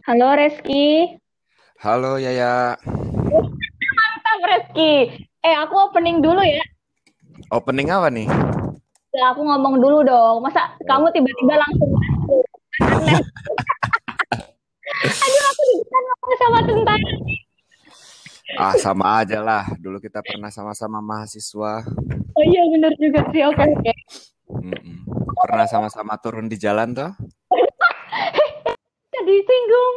Halo Reski. Halo Yaya, Mantap Reski. Aku opening dulu ya. opening apa nih? Ya, aku ngomong dulu dong. Masa kamu tiba-tiba Waduh. langsung masuk? Kan aneh. Aduh, aku deg-degan ngomong sama tentara. Sama aja lah. Dulu kita pernah sama-sama mahasiswa. Oh iya, bener juga sih. Oke, oke. Mm-mm. Pernah sama-sama turun di jalan tuh? Jadi disinggung.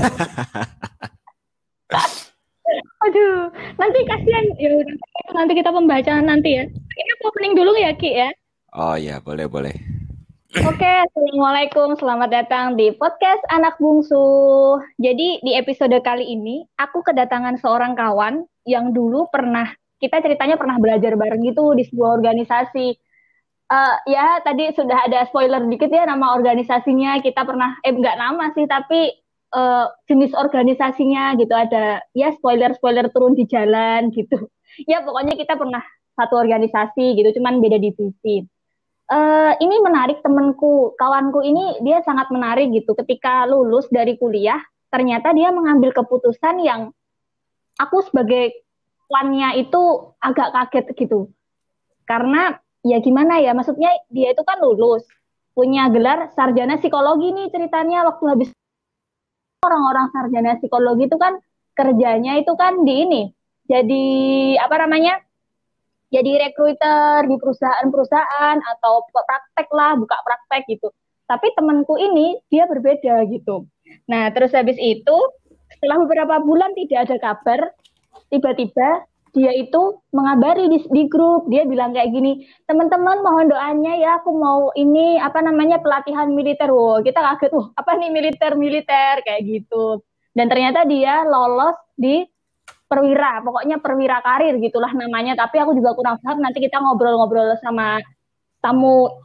Aduh, nanti kasihan. Ya udah, nanti kita pembacaan nanti ya. Ini aku opening dulu ya, Ki ya. Oh iya, boleh-boleh. Oke, Assalamualaikum. Selamat datang di podcast Anak Bungsu. Jadi di episode kali ini, aku kedatangan seorang kawan yang dulu kita ceritanya pernah belajar bareng gitu di sebuah organisasi. Ya, tadi sudah ada spoiler dikit ya nama organisasinya. Kita pernah, nggak nama sih, tapi jenis organisasinya gitu. Ada, ya spoiler-spoiler turun di jalan gitu. Ya, pokoknya kita pernah satu organisasi gitu, cuman beda divisi. Ini menarik temenku, kawanku ini dia sangat menarik gitu. Ketika lulus dari kuliah, ternyata dia mengambil keputusan yang aku sebagai kawannya itu agak kaget gitu. Karena ya gimana ya, maksudnya dia itu kan lulus, punya gelar sarjana psikologi nih ceritanya waktu habis orang-orang sarjana psikologi itu kan kerjanya itu kan di ini, jadi apa namanya? Jadi recruiter di perusahaan-perusahaan atau praktek lah, buka praktek gitu. Tapi temanku ini dia berbeda gitu. Nah, terus habis itu setelah beberapa bulan tidak ada kabar, tiba-tiba dia itu mengabari di grup, dia bilang kayak gini, teman-teman mohon doanya ya, aku mau ini apa namanya pelatihan militer. Wow, kita kaget, apa nih militer-militer kayak gitu. Dan ternyata dia lolos di perwira, pokoknya perwira karir gitulah namanya. Tapi aku juga kurang paham. Nanti kita ngobrol-ngobrol sama tamuku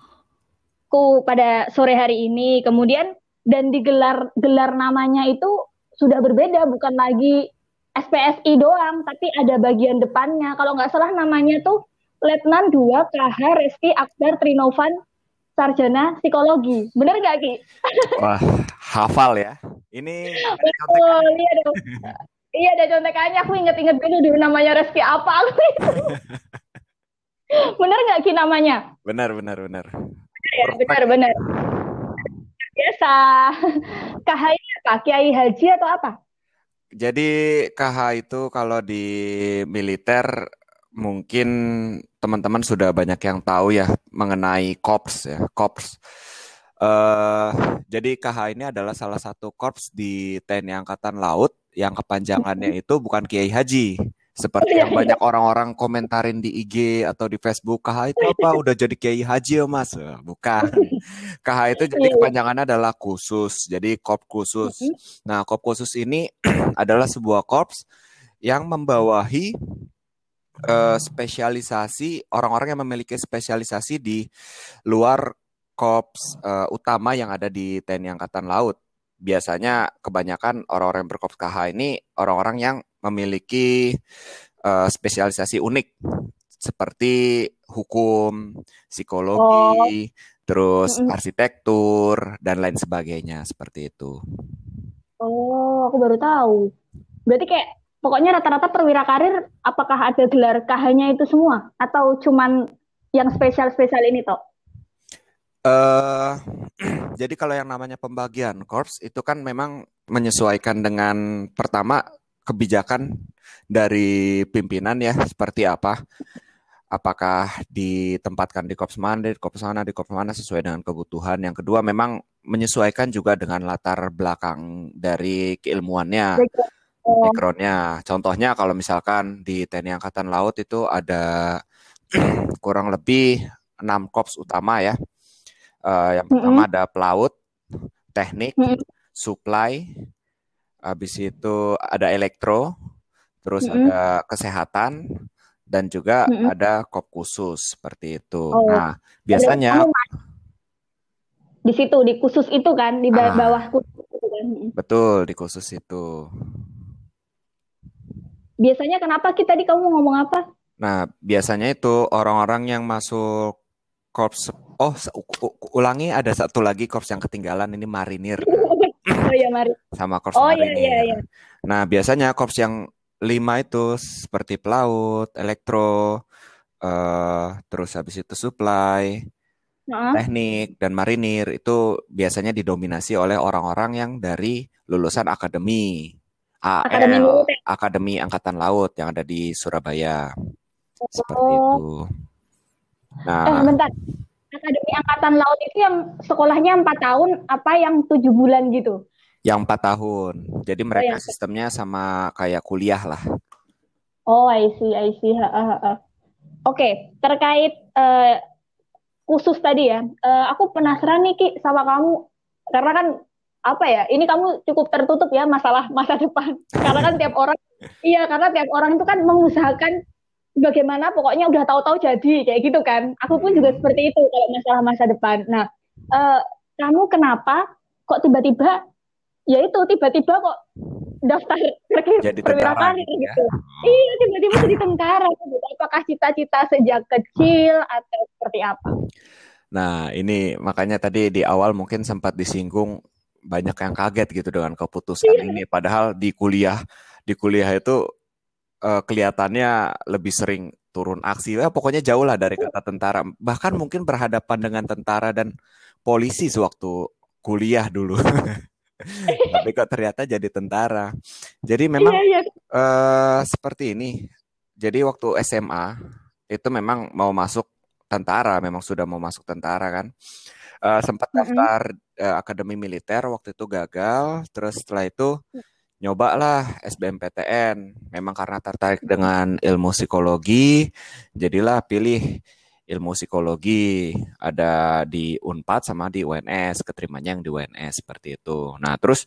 pada sore hari ini. Kemudian dan digelar gelar namanya itu sudah berbeda, bukan lagi SPSI doang, tapi ada bagian depannya. Kalau nggak salah namanya tuh Letnan 2 KH Reski Akbar Trinovan Sarjana Psikologi. Bener nggak, Ki? Wah, hafal ya. Ini ada Betul, contekannya. iya dong. Iya, ada contekannya. Aku inget-inget dulu dulu namanya Reski apa. Bener nggak, Ki, namanya? Benar, benar, benar. Ya, Perfect. benar-benar. Biasa. KH ini apa? Kiai Haji atau apa? Jadi KH itu kalau di militer mungkin teman-teman sudah banyak yang tahu ya mengenai korps ya, korps. eh jadi KH ini adalah salah satu korps di TNI Angkatan Laut yang kepanjangannya itu bukan Kiai Haji. Oh Seperti iya, yang iya. banyak orang-orang komentarin di IG atau di Facebook, KH itu apa? Udah jadi Kiai Haji ya Mas? Bukan. KH itu jadi Iya, iya. kepanjangannya adalah khusus, jadi korps khusus. Mm-mm. Nah, korps khusus ini adalah sebuah korps yang membawahi spesialisasi orang-orang yang memiliki spesialisasi di luar korps utama yang ada di TNI Angkatan Laut. Biasanya kebanyakan orang-orang yang berkorps KH ini orang-orang yang memiliki spesialisasi unik seperti hukum, Oh, psikologi, terus mm-mm. arsitektur dan lain sebagainya seperti itu. Oh, aku baru tahu. Berarti kayak pokoknya rata-rata perwira karir, apakah ada gelar KH-nya itu semua? Atau cuman yang spesial-spesial ini toh? eh jadi kalau yang namanya pembagian korps itu kan memang menyesuaikan dengan pertama kebijakan dari pimpinan ya seperti apa. Apakah ditempatkan di korps mana, di korps mana, di korps mana sesuai dengan kebutuhan. Yang kedua memang menyesuaikan juga dengan latar belakang dari keilmuannya, Oh, backgroundnya. Contohnya kalau misalkan di TNI Angkatan Laut itu ada kurang lebih 6 korps utama ya. Yang mm-mm. pertama ada pelaut, teknik, Mm-mm. supply, habis itu ada elektro, terus Mm-mm. ada kesehatan, dan juga Mm-mm. ada kop khusus seperti itu. Oh, Nah, berarti kamu biasanya di situ di khusus itu kan di bawah ah khusus itu kan. betul di khusus itu. Biasanya kenapa kita tadi kamu ngomong apa? Nah, biasanya itu orang-orang yang masuk korps. Oh, ulangi ada satu lagi korps yang ketinggalan ini marinir. Oh ya, Mari. sama Korps Oh ya, ya, Marinir. ya. Nah, biasanya korps yang 5 itu seperti pelaut, elektro, terus habis itu supply, Heeh. teknik, dan marinir itu biasanya didominasi oleh orang-orang yang dari lulusan akademi Akademi AL, militer. Akademi Angkatan Laut yang ada di Surabaya. Seperti Oh, itu. Nah, bentar. Akademi Angkatan Laut itu yang sekolahnya 4 tahun, apa yang 7 bulan gitu? yang 4 tahun. Jadi Oh, mereka yang sistemnya sama kayak kuliah lah. Oh, I see, I see. Ha, ha, ha. Oke, terkait khusus tadi ya, aku penasaran nih Ki sama kamu, karena kan apa ya, ini kamu cukup tertutup ya masalah masa depan, karena kan tiap orang, iya karena tiap orang itu kan mengusahakan bagaimana pokoknya udah tahu-tahu jadi kayak gitu kan. Aku pun juga Hmm. seperti itu kalau masalah masa depan. Nah, eh, kamu kenapa kok tiba-tiba, ya itu tiba-tiba kok daftar Jadi perwira tentara karir gitu ya. gitu. Oh. Iya, tiba-tiba jadi tentara gitu. Apakah cita-cita sejak kecil atau seperti apa? Nah, ini makanya tadi di awal mungkin sempat disinggung banyak yang kaget gitu dengan keputusan Iya, ini. Padahal di kuliah itu kelihatannya lebih sering turun aksi. Ya, pokoknya jauh lah dari kata tentara. Bahkan mungkin berhadapan dengan tentara dan polisi sewaktu kuliah dulu. Tapi kok ternyata jadi tentara. Jadi memang iya, iya. seperti ini. Jadi waktu SMA itu memang mau masuk tentara, memang sudah mau masuk tentara kan. Sempat Mm-mm. daftar akademi militer waktu itu gagal. Terus setelah itu nyobalah SBMPTN. Memang karena tertarik dengan ilmu psikologi, jadilah pilih ilmu psikologi. Ada di Unpad sama di UNS, keterimanya yang di UNS seperti itu. Nah, terus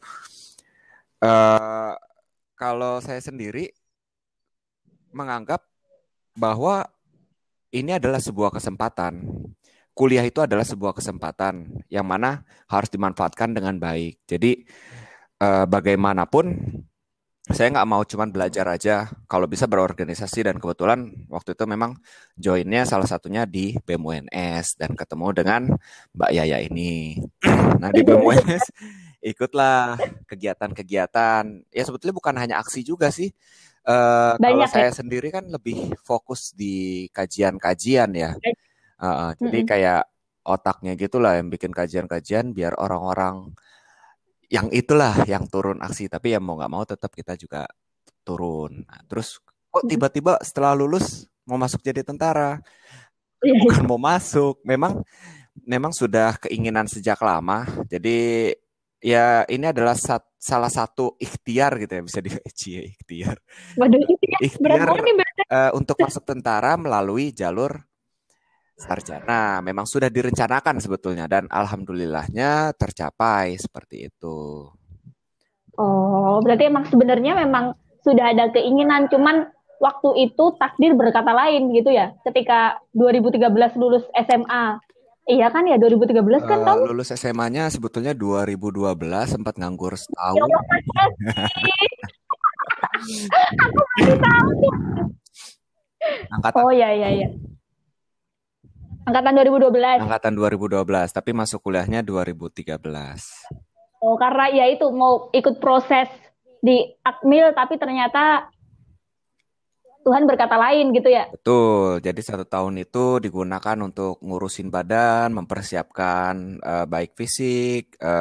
eh, kalau saya sendiri menganggap bahwa ini adalah sebuah kesempatan. Kuliah itu adalah sebuah kesempatan yang mana harus dimanfaatkan dengan baik. Jadi bagaimanapun saya nggak mau cuman belajar aja. Kalau bisa berorganisasi dan kebetulan waktu itu memang joinnya salah satunya di BEM UNS dan ketemu dengan Mbak Yaya ini. Nah di BEM UNS ikutlah kegiatan-kegiatan. Ya sebetulnya bukan hanya aksi juga sih. Kalau Banyak ya. saya sendiri kan lebih fokus di kajian-kajian ya. Jadi Mm-mm. kayak otaknya gitulah yang bikin kajian-kajian biar orang-orang yang itulah yang turun aksi. Tapi ya mau nggak mau tetap kita juga turun. Nah, terus kok Mm-mm. tiba-tiba setelah lulus mau masuk jadi tentara? Iya, Bukan iya. mau masuk, memang sudah keinginan sejak lama. Jadi ya ini adalah salah satu ikhtiar gitu ya bisa diuji ikhtiar. Waduh, itu ya berat Ikhtiar banget nih Mbak. untuk masuk tentara melalui jalur sarjana. Memang sudah direncanakan sebetulnya dan alhamdulillahnya tercapai seperti itu. Oh, berarti emang sebenarnya memang sudah ada keinginan, cuman waktu itu takdir berkata lain gitu ya. Ketika 2013 lulus SMA. Iya kan ya, 2013 kan kamu? Lulus SMA-nya sebetulnya 2012 sempat nganggur Ya setahun. Allah, masa sih? Aku masih tahu tuh. Angkatan Oh ya, ya, ya. Angkatan 2012. angkatan 2012, tapi masuk kuliahnya 2013. Oh, karena ya itu mau ikut proses di Akmil, tapi ternyata Tuhan berkata lain gitu ya. Betul, jadi 1 tahun itu digunakan untuk ngurusin badan, mempersiapkan baik fisik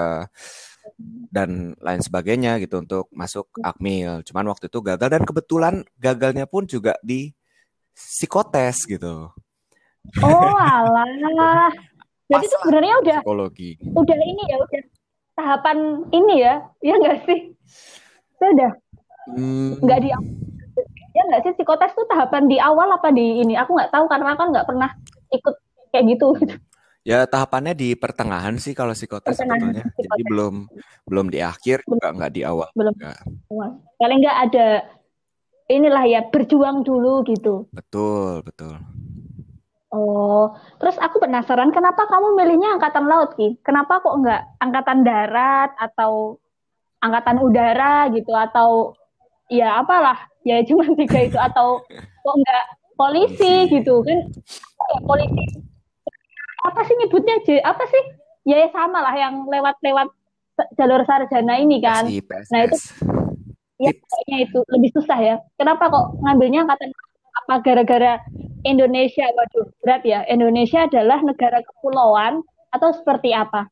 dan lain sebagainya gitu untuk masuk Akmil. Cuman waktu itu gagal dan kebetulan gagalnya pun juga di psikotes gitu. Oh, alah. Jadi Jadi pas itu lah sebenarnya psikologi. udah ini ya, udah tahapan ini ya, ya nggak sih? Sudah nggak Hmm, di ya nggak sih psikotes tuh tahapan di awal apa di ini? Aku nggak tahu karena kan nggak pernah ikut kayak gitu. hmm. Ya tahapannya di pertengahan sih kalau psikotes Pertengahan sebetulnya. Jadi psikotes belum belum di akhir belum, juga nggak di awal belum. juga. Paling nggak ada inilah ya berjuang dulu gitu. Betul, betul. Oh, terus aku penasaran kenapa kamu milihnya angkatan laut Ki? Kenapa kok nggak angkatan darat atau angkatan udara gitu atau ya apalah ya cuma tiga itu atau kok nggak polisi Polisi. gitu kan? Ya, polisi apa sih nyebutnya apa sih? Ya, ya sama lah yang lewat-lewat jalur sarjana ini kan. PSI, Nah itu PSS. ya Tips. kayaknya itu lebih susah ya. Kenapa kok ngambilnya angkatan apa gara-gara Indonesia? Waduh, berat ya. Indonesia adalah negara kepulauan atau seperti apa?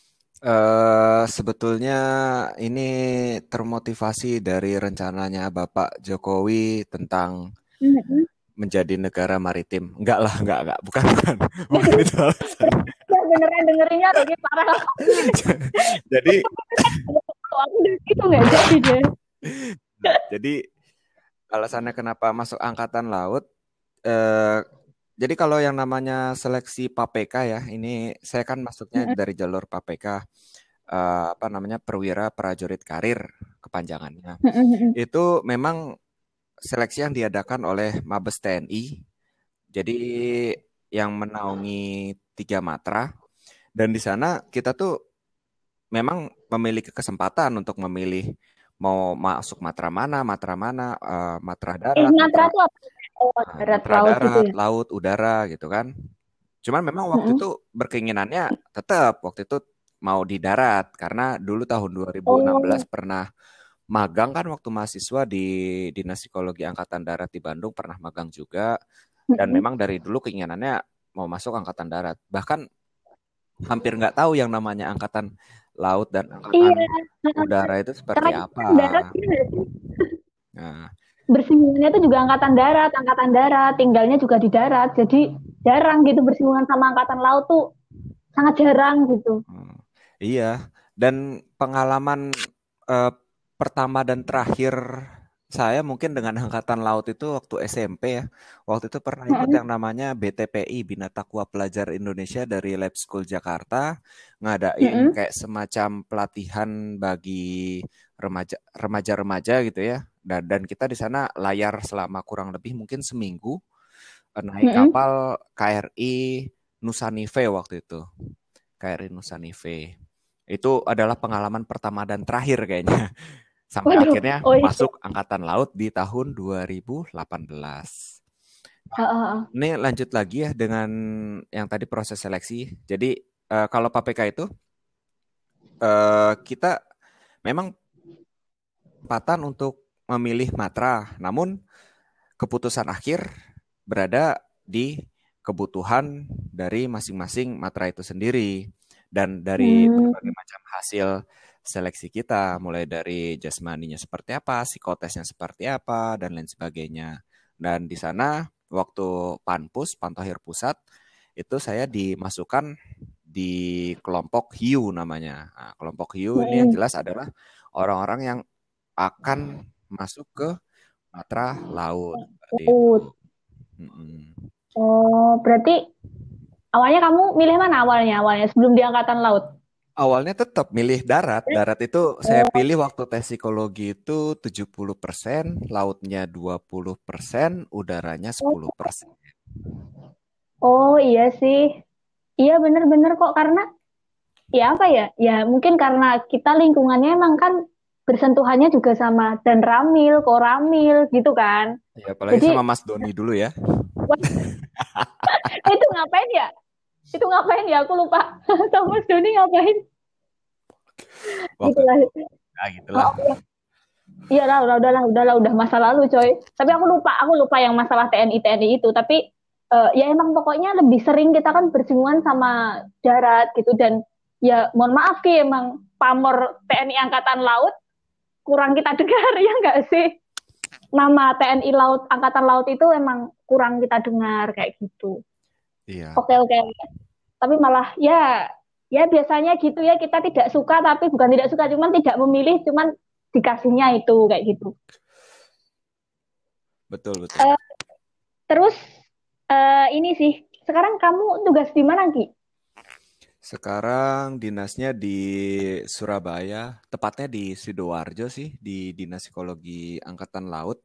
Sebetulnya ini termotivasi dari rencananya Bapak Jokowi tentang Mhm. menjadi negara maritim. Enggak, bukan, bukan, bukan itu alasan. Ya beneran dengerinnya loh, ini parah lah. Jadi, Kalau aku dari itu nggak jadi deh. jadi alasannya kenapa masuk Angkatan Laut, eh, jadi kalau yang namanya seleksi PAPK ya, ini saya kan masuknya Mhm, dari jalur PAPK, apa namanya Perwira Prajurit Karir kepanjangannya. mhm, mhm. Itu memang seleksi yang diadakan oleh Mabes TNI. Jadi yang menaungi 3 matra dan di sana kita tuh memang memiliki kesempatan untuk memilih mau masuk matra mana, matra darat, Matra itu apa? Oh, darat matra laut gitu darat, ya. laut, udara gitu kan. Cuman memang waktu Mhm. itu berkeinginannya tetap waktu itu mau di darat karena dulu tahun 2016 Oh, pernah magang kan waktu mahasiswa di Dinas Psikologi Angkatan Darat di Bandung pernah magang juga dan mhm. memang dari dulu keinginannya mau masuk Angkatan Darat. Bahkan hampir nggak tahu yang namanya Angkatan Laut dan Angkatan Iya. Heeh. Udara itu seperti Karena kita apa. kan darat gitu nggak sih? Nah, Bersinggungannya itu juga angkatan darat, tinggalnya juga di darat. Jadi jarang gitu bersinggungan sama angkatan laut tuh sangat jarang gitu. hmm, iya. Dan pengalaman eh, pertama dan terakhir saya mungkin dengan Angkatan Laut itu waktu SMP ya. Waktu itu pernah ikut Mhm, yang namanya BTPI, Bina Takwa Pelajar Indonesia dari Lab School Jakarta, ngadain mhm, kayak semacam pelatihan bagi remaja-remaja gitu ya. Dan kita di sana layar selama kurang lebih mungkin seminggu naik mhm. kapal KRI Nusanive waktu itu. KRI Nusanive. Itu adalah pengalaman pertama dan terakhir kayaknya. Sampai Waduh, akhirnya oh iya. masuk Angkatan Laut di tahun 2018. Heeh, Ini lanjut lagi ya dengan yang tadi proses seleksi. Jadi kalau PPK itu kita memang kesempatan untuk memilih matra, namun keputusan akhir berada di kebutuhan dari masing-masing matra itu sendiri dan dari berbagai hmm. macam hasil seleksi kita, mulai dari jasmaninya seperti apa, psikotesnya seperti apa, dan lain sebagainya. Dan di sana waktu Panpus, Pantohir Pusat, itu saya dimasukkan di kelompok hiu namanya. Nah, kelompok hiu ini yang Mhm. jelas adalah orang-orang yang akan masuk ke matra laut seperti itu. Laut. Mm-mm. Oh, berarti awalnya kamu milih mana awalnya? Awalnya sebelum di angkatan laut? Awalnya tetap milih darat. Darat itu saya Oh, pilih waktu tes psikologi itu 70%, lautnya 20%, udaranya 10%. oh iya sih. Iya bener-bener kok karena ya apa ya? Ya mungkin karena kita lingkungannya emang kan bersentuhannya juga sama dan ramil, koramil gitu kan. Ya, apalagi Jadi sama Mas Doni dulu ya. wah, itu ngapain ya? Itu ngapain ya? Aku lupa. Thomas Doni ngapain? Waktu Gitu lah. itu. Nah, gitulah. Oh, iya. Iyalah, udah masa lalu, coy. Tapi aku lupa yang masalah TNI itu. Tapi ya emang pokoknya lebih sering kita kan bersinggungan sama darat gitu dan ya mohon maaf Ki, emang pamor TNI Angkatan Laut kurang kita dengar ya nggak sih? Nama TNI Laut Angkatan Laut itu emang kurang kita dengar kayak gitu. Iya. Oke. Tapi malah ya biasanya gitu ya kita tidak suka tapi bukan tidak suka cuman tidak memilih cuman dikasihnya itu kayak gitu. Betul, betul. Eh, Terus ini sih, sekarang kamu tugas di mana, Ki? Sekarang dinasnya di Surabaya, tepatnya di Sidoarjo sih, di Dinas Psikologi Angkatan Laut.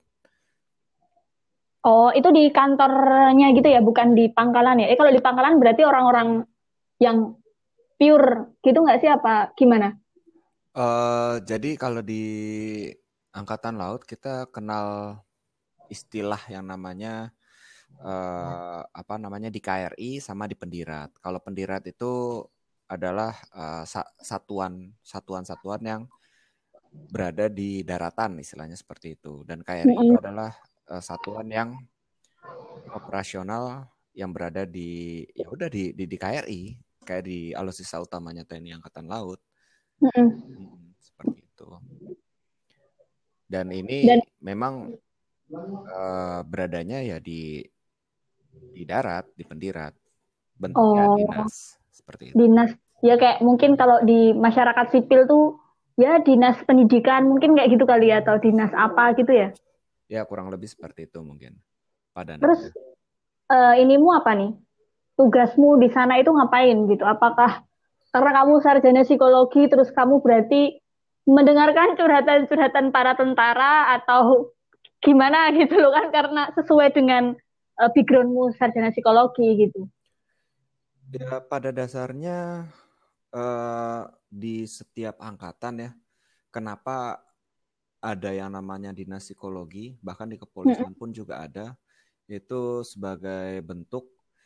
Oh, itu di kantornya gitu ya, bukan di pangkalan ya? Kalau di pangkalan berarti orang-orang yang pure gitu nggak sih apa gimana? Jadi kalau di Angkatan Laut kita kenal istilah yang namanya apa namanya di KRI sama di Pendirat. Kalau Pendirat itu adalah satuan-satuan yang berada di daratan, istilahnya seperti itu. Dan KRI itu adalah satuan yang operasional yang berada di di KRI, kayak di alutsista utamanya TNI Angkatan Laut. Seperti itu. Dan ini memang beradanya ya di darat, di pendirat. Bentuknya dinas seperti itu. Dinas ya, kayak mungkin kalau di masyarakat sipil tuh ya dinas pendidikan mungkin kayak gitu kali ya, atau dinas apa gitu ya. Ya kurang lebih seperti itu mungkin padanannya. Terus inimu apa nih? Tugasmu di sana itu ngapain gitu? Apakah karena kamu sarjana psikologi terus kamu berarti mendengarkan curhatan-curhatan para tentara atau gimana gitu loh kan, karena sesuai dengan backgroundmu sarjana psikologi gitu. Ya pada dasarnya di setiap angkatan ya, kenapa ada yang namanya dinas psikologi, bahkan di kepolisian pun juga ada, itu sebagai bentuk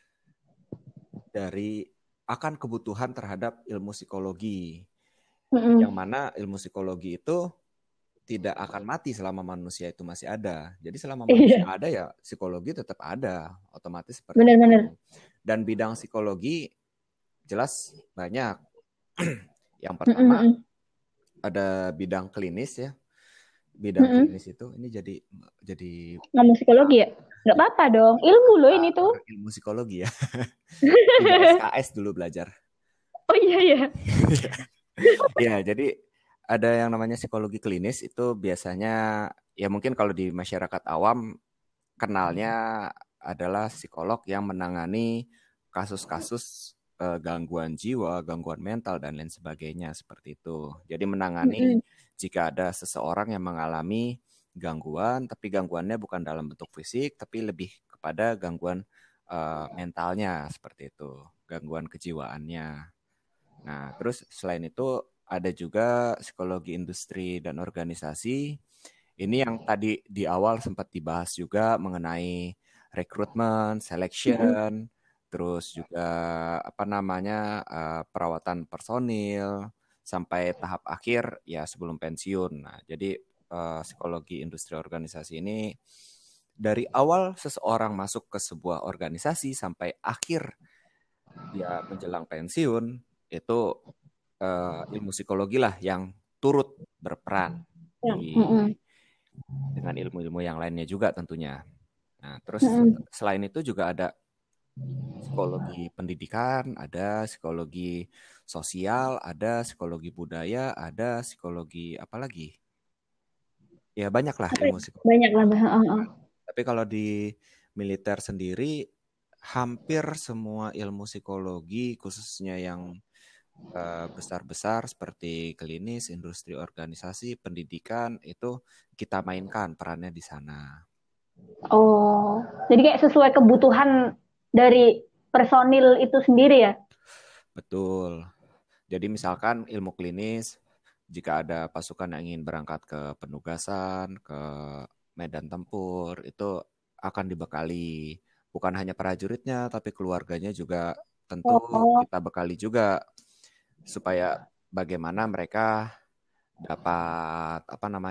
dari akan kebutuhan terhadap ilmu psikologi. Yang mana ilmu psikologi itu tidak akan mati selama manusia itu masih ada. Jadi selama manusia ada ya psikologi tetap ada, otomatis seperti itu. Dan bidang psikologi jelas banyak. Yang pertama ada bidang klinis ya. Bidang klinis itu ini jadi ngomong psikologi ya? Nggak apa-apa dong, ilmu loh ini tuh. Ilmu psikologi ya. Tidak SKS dulu belajar. Oh iya ya. Ya, jadi ada yang namanya psikologi klinis, itu biasanya ya mungkin kalau di masyarakat awam kenalnya adalah psikolog yang menangani kasus-kasus gangguan jiwa, gangguan mental dan lain sebagainya seperti itu. Jadi menangani jika ada seseorang yang mengalami gangguan, tapi gangguannya bukan dalam bentuk fisik, tapi lebih kepada gangguan mentalnya seperti itu, gangguan kejiwaannya. Nah, terus selain itu ada juga psikologi industri dan organisasi. Ini yang tadi di awal sempat dibahas juga mengenai rekrutmen, selection, terus juga perawatan personil sampai tahap akhir ya sebelum pensiun. Nah, jadi psikologi industri organisasi ini dari awal seseorang masuk ke sebuah organisasi sampai akhir dia menjelang pensiun itu ilmu psikologi lah yang turut berperan dengan ilmu-ilmu yang lainnya juga tentunya. Nah, terus selain itu juga ada psikologi pendidikan, ada psikologi sosial, ada psikologi budaya, ada psikologi apa lagi? Ya banyak lah ilmu psikologi. Banyak lah. Tapi kalau di militer sendiri hampir semua ilmu psikologi khususnya yang besar-besar seperti klinis, industri organisasi, pendidikan itu kita mainkan perannya di sana. Oh, jadi kayak sesuai kebutuhan dari personil itu sendiri ya? Betul. Jadi misalkan ilmu klinis, jika ada pasukan yang ingin berangkat ke penugasan, ke medan tempur, itu akan dibekali. Bukan hanya prajuritnya, tapi keluarganya juga tentu kita bekali juga. Supaya bagaimana mereka dapat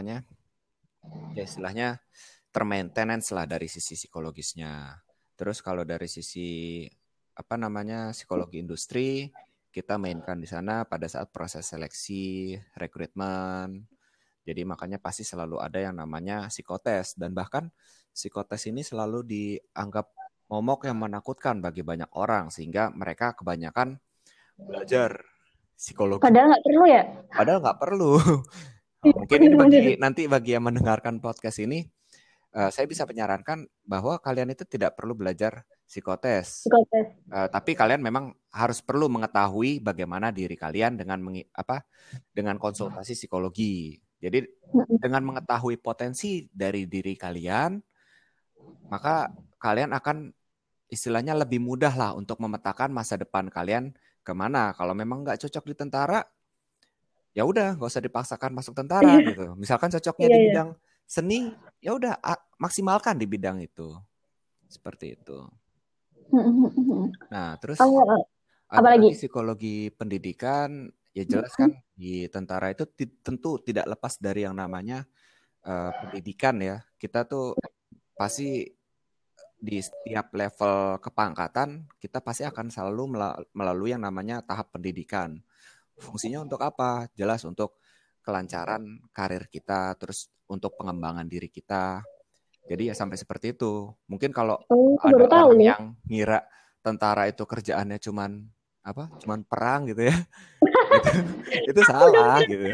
ya istilahnya termaintenance lah dari sisi psikologisnya. Terus kalau dari sisi psikologi industri, kita mainkan di sana pada saat proses seleksi, rekrutmen. Jadi makanya pasti selalu ada yang namanya psikotes, dan bahkan psikotes ini selalu dianggap momok yang menakutkan bagi banyak orang sehingga mereka kebanyakan belajar psikologi. Padahal nggak perlu ya? Padahal nggak perlu. Mungkin ini bagi yang mendengarkan podcast ini, saya bisa menyarankan bahwa kalian itu tidak perlu belajar psikotes. Tapi kalian memang harus perlu mengetahui bagaimana diri kalian dengan konsultasi psikologi. Jadi dengan mengetahui potensi dari diri kalian, maka kalian akan istilahnya lebih mudah lah untuk memetakan masa depan kalian kemana. Kalau memang nggak cocok di tentara, ya udah nggak usah dipaksakan masuk tentara gitu. Misalkan cocoknya di bidang seni, ya udah maksimalkan di bidang itu. Seperti itu. Nah, terus ada lagi Apalagi? psikologi pendidikan. Ya jelas kan di tentara itu tentu tidak lepas dari yang namanya pendidikan ya. Kita tuh pasti di setiap level kepangkatan kita pasti akan selalu melalui yang namanya tahap pendidikan. Fungsinya untuk apa? Jelas untuk kelancaran karir kita, terus untuk pengembangan diri kita. Jadi ya sampai seperti itu. Mungkin kalau Oh, aku baru ada tahu orang loh. yang ngira tentara itu kerjaannya cuman apa? Cuman perang gitu ya. Itu itu Aku udah salah gitu.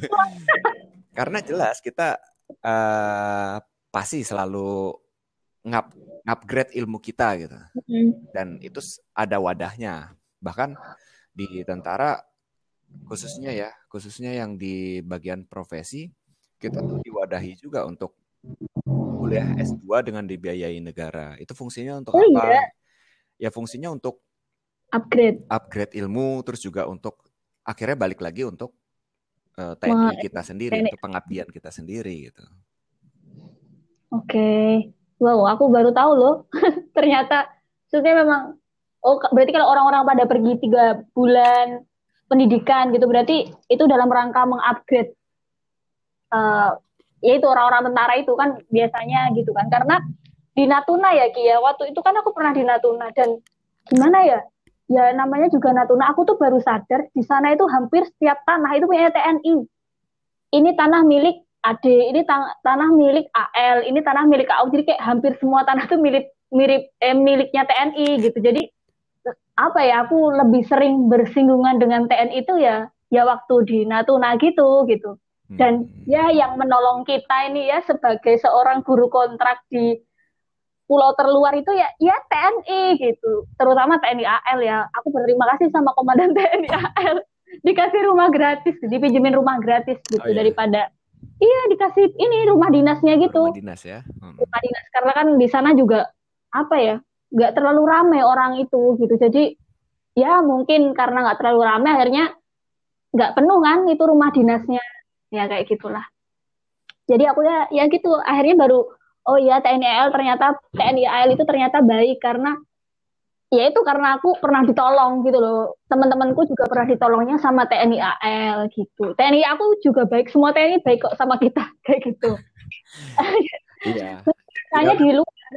Karena jelas kita eh, pasti selalu ngupgrade ilmu kita gitu. Dan itu ada wadahnya. Bahkan di tentara khususnya yang di bagian profesi, kita tuh diwadahi juga untuk kuliah S2 dengan dibiayai negara. Itu fungsinya untuk Oh apa? iya, Ya fungsinya untuk upgrade. upgrade ilmu, terus juga untuk akhirnya balik lagi untuk TNI Ma- kita sendiri, Teknik. untuk pengabdian kita sendiri gitu. Oke. Wow, aku baru tahu loh. Ternyata, maksudnya memang, oh berarti kalau orang-orang pada pergi 3 bulan pendidikan gitu, berarti itu dalam rangka mengupgrade, eh ya itu orang-orang tentara itu kan biasanya gitu kan. Karena di Natuna ya Ki ya, waktu itu kan aku pernah di Natuna dan gimana ya, ya namanya juga Natuna, aku tuh baru sadar di sana itu hampir setiap tanah itu punya TNI. Ini tanah milik AD, ini tanah milik AL, ini tanah milik AU. Jadi kayak hampir semua tanah tuh miliknya TNI gitu. Jadi apa ya, aku lebih sering bersinggungan dengan TNI itu ya waktu di Natuna gitu. Dan Hmm. ya yang menolong kita ini ya sebagai seorang guru kontrak di pulau terluar itu ya TNI gitu. Terutama TNI AL ya. Aku berterima kasih sama komandan TNI AL. Dikasih rumah gratis, dipinjemin rumah gratis Oh gitu ya, daripada iya dikasih ini rumah dinasnya rumah gitu. dinas ya. Hmm. Rumah dinas karena kan di sana juga apa ya, nggak terlalu ramai orang itu gitu. Jadi ya mungkin karena nggak terlalu ramai akhirnya nggak penuh kan itu rumah dinasnya, ya kayak gitulah. Jadi aku ya gitu akhirnya baru oh ya TNI AL ternyata TNI AL itu ternyata baik karena ya itu karena aku pernah ditolong gitu loh, teman-temanku juga pernah ditolongnya sama TNI AL gitu. TNI aku juga baik, semua TNI baik kok sama kita kayak gitu. Iya. Ya, Hanya di luar.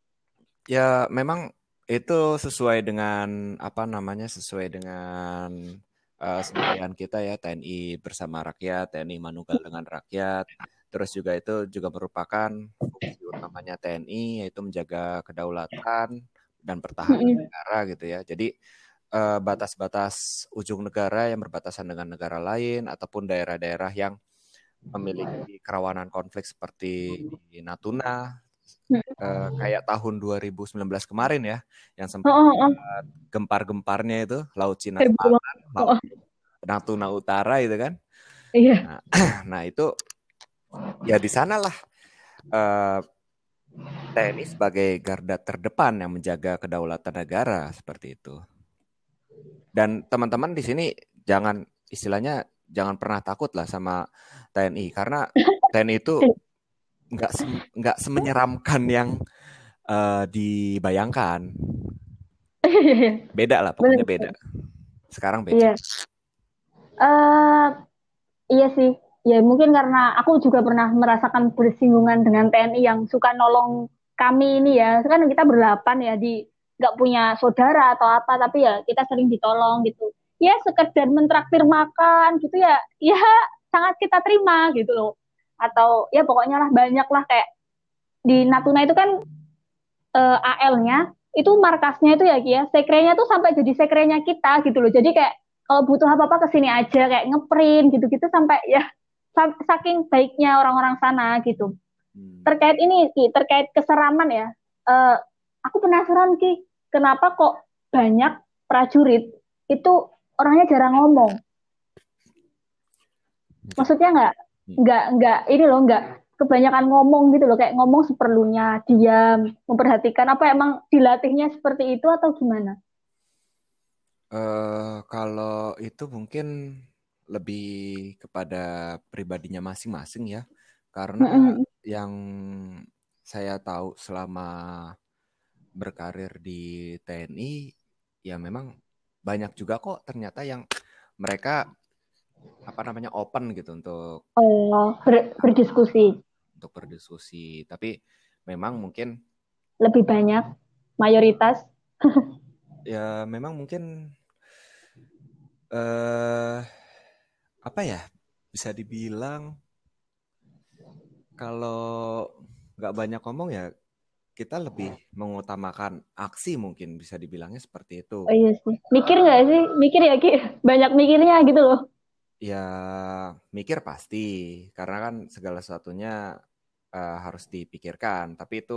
ya memang itu sesuai dengan apa namanya sesuai dengan semboyan kita ya TNI bersama rakyat, TNI Manunggal dengan rakyat. Terus juga itu juga merupakan fungsi utamanya TNI yaitu menjaga kedaulatan dan pertahanan negara gitu ya. Jadi batas-batas ujung negara yang berbatasan dengan negara lain ataupun daerah-daerah yang memiliki kerawanan konflik seperti di Natuna kayak tahun 2019 kemarin ya, yang Oh, sempat oh, oh. gempar-gemparnya itu Laut Cina Heboh banget. Selatan, Oh, Laut oh. Natuna Utara itu kan. Iya. Nah, nah itu ya di sanalah eh, TNI sebagai garda terdepan yang menjaga kedaulatan negara seperti itu. Dan teman-teman di sini jangan istilahnya jangan pernah takut lah sama TNI karena TNI itu nggak semenyeramkan yang dibayangkan. Iya, iya. Beda lah, pokoknya Bener. beda. Sekarang beda. Iya. Eh, iya sih. Ya mungkin karena aku juga pernah merasakan bersinggungan dengan TNI yang suka nolong kami ini ya. Kan kita berlapan ya di nggak punya saudara atau apa, tapi ya kita sering ditolong gitu. Ya sekedar mentraktir makan gitu ya sangat kita terima gitu loh. Atau ya pokoknya lah banyak lah kayak di Natuna itu kan AL-nya itu markasnya itu ya Ki ya, sekrenya tuh sampai jadi sekrenya kita gitu loh. Jadi kayak kalau butuh apa-apa kesini aja kayak ngeprint gitu-gitu sampai ya saking baiknya orang-orang sana gitu. Hmm. Terkait ini Ki, terkait keseraman ya, eh, aku penasaran Ki, kenapa kok banyak prajurit itu orangnya jarang ngomong? Oke. Maksudnya nggak ini loh, nggak kebanyakan ngomong gitu loh, kayak ngomong seperlunya, diam, memperhatikan apa emang dilatihnya seperti itu atau gimana? Kalau itu mungkin lebih kepada pribadinya masing-masing ya. Karena Mm-mm. yang saya tahu selama berkarir di TNI, ya memang banyak juga kok ternyata yang mereka open gitu Berdiskusi untuk berdiskusi. Tapi memang mungkin lebih banyak mayoritas. ya memang mungkin eh apa ya, bisa dibilang kalau nggak banyak ngomong ya kita lebih mengutamakan aksi, mungkin bisa dibilangnya seperti itu. Oh iya sih. Mikir nggak sih? Mikir ya Ki. Banyak mikirnya gitu loh. Ya mikir pasti, karena kan segala sesuatunya harus dipikirkan. Tapi itu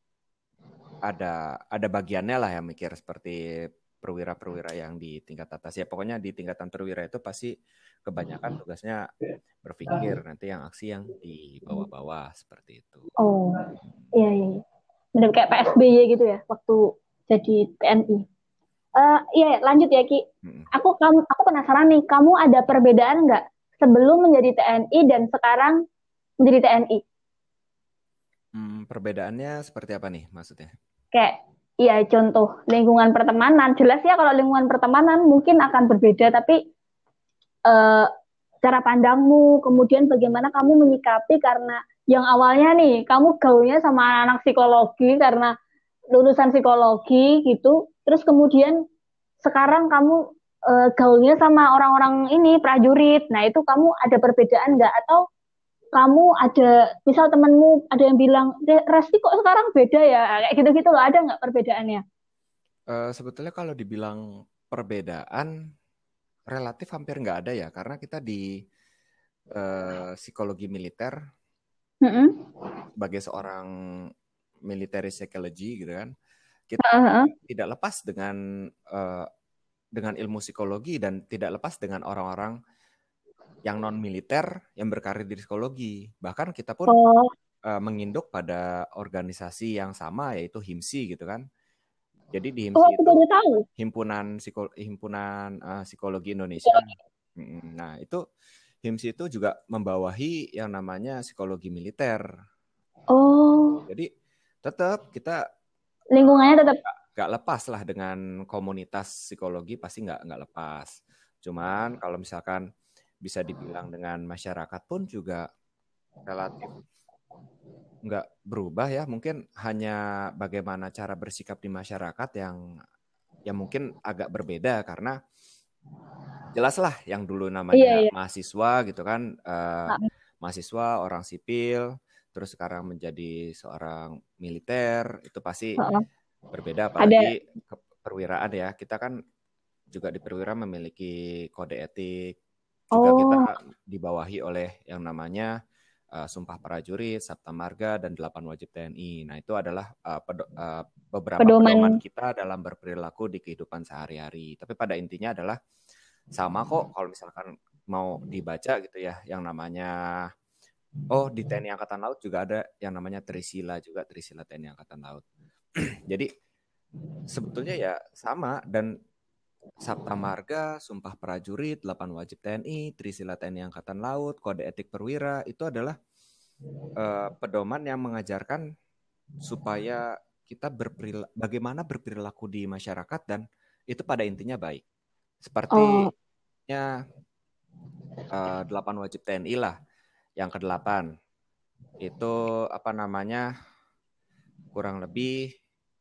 ada bagiannya lah yang mikir seperti perwira-perwira yang di tingkat atas. Ya pokoknya di tingkatan perwira itu pasti kebanyakan tugasnya berpikir, nanti yang aksi yang di bawah-bawah seperti itu. Oh iya iya. Iya. Bener kayak PSBY gitu ya waktu jadi TNI. Iya lanjut ya Ki. Mm-mm. Aku penasaran nih. Kamu ada perbedaan nggak sebelum menjadi TNI dan sekarang menjadi TNI? Perbedaannya seperti apa nih maksudnya? Kayak iya contoh lingkungan pertemanan. Jelas ya kalau lingkungan pertemanan mungkin akan berbeda tapi eh, cara pandangmu, kemudian bagaimana kamu menyikapi karena yang awalnya nih kamu gaulnya sama anak-anak psikologi karena lulusan psikologi gitu, terus kemudian sekarang kamu gaulnya sama orang-orang ini prajurit. Nah itu kamu ada perbedaan nggak atau kamu ada misal temenmu ada yang bilang Resti kok sekarang beda ya kayak gitu-gitu loh ada nggak perbedaannya? Sebetulnya kalau dibilang perbedaan relatif hampir nggak ada ya, karena kita di psikologi militer Mm-mm. sebagai seorang military psychology gitu kan, kita tidak lepas eh, dengan ilmu psikologi dan tidak lepas dengan orang-orang yang non militer yang berkarir di psikologi. Bahkan kita pun Oh, menginduk pada organisasi yang sama, yaitu HIMSI gitu kan. Jadi di oh HIMSI aku itu baru tahu. himpunan psikologi Indonesia. Nah, itu HIMSI itu juga membawahi yang namanya psikologi militer. Oh, Jadi tetap kita lingkungannya tetap. nggak lepas lah dengan komunitas psikologi, pasti nggak lepas. Cuman kalau misalkan bisa dibilang dengan masyarakat pun juga relatif nggak berubah ya. Mungkin hanya bagaimana cara bersikap di masyarakat yang mungkin agak berbeda, karena jelaslah yang dulu Iya namanya iya. mahasiswa gitu kan, Nah, mahasiswa orang sipil, terus sekarang menjadi seorang militer, itu pasti heeh. berbeda. Ada. Apalagi perwiraan ya, kita kan juga di perwira memiliki kode etik, juga Oh, kita dibawahi oleh yang namanya Sumpah Prajurit, Sabta Marga, dan 8 Wajib TNI. Nah, itu adalah beberapa pedoman pedoman. kita dalam berperilaku di kehidupan sehari-hari. Tapi pada intinya adalah sama kok kalau misalkan mau dibaca gitu ya, yang namanya di TNI Angkatan Laut juga ada yang namanya Trisila juga, Trisila TNI Angkatan Laut. Jadi sebetulnya ya sama, dan Sabta Marga, Sumpah Prajurit, 8 Wajib TNI, Trisila TNI Angkatan Laut, Kode Etik Perwira itu adalah pedoman yang mengajarkan supaya kita bagaimana berperilaku di masyarakat, dan itu pada intinya baik. Oh, Sepertinya 8 Wajib TNI lah, yang ke-8 itu apa namanya, kurang lebih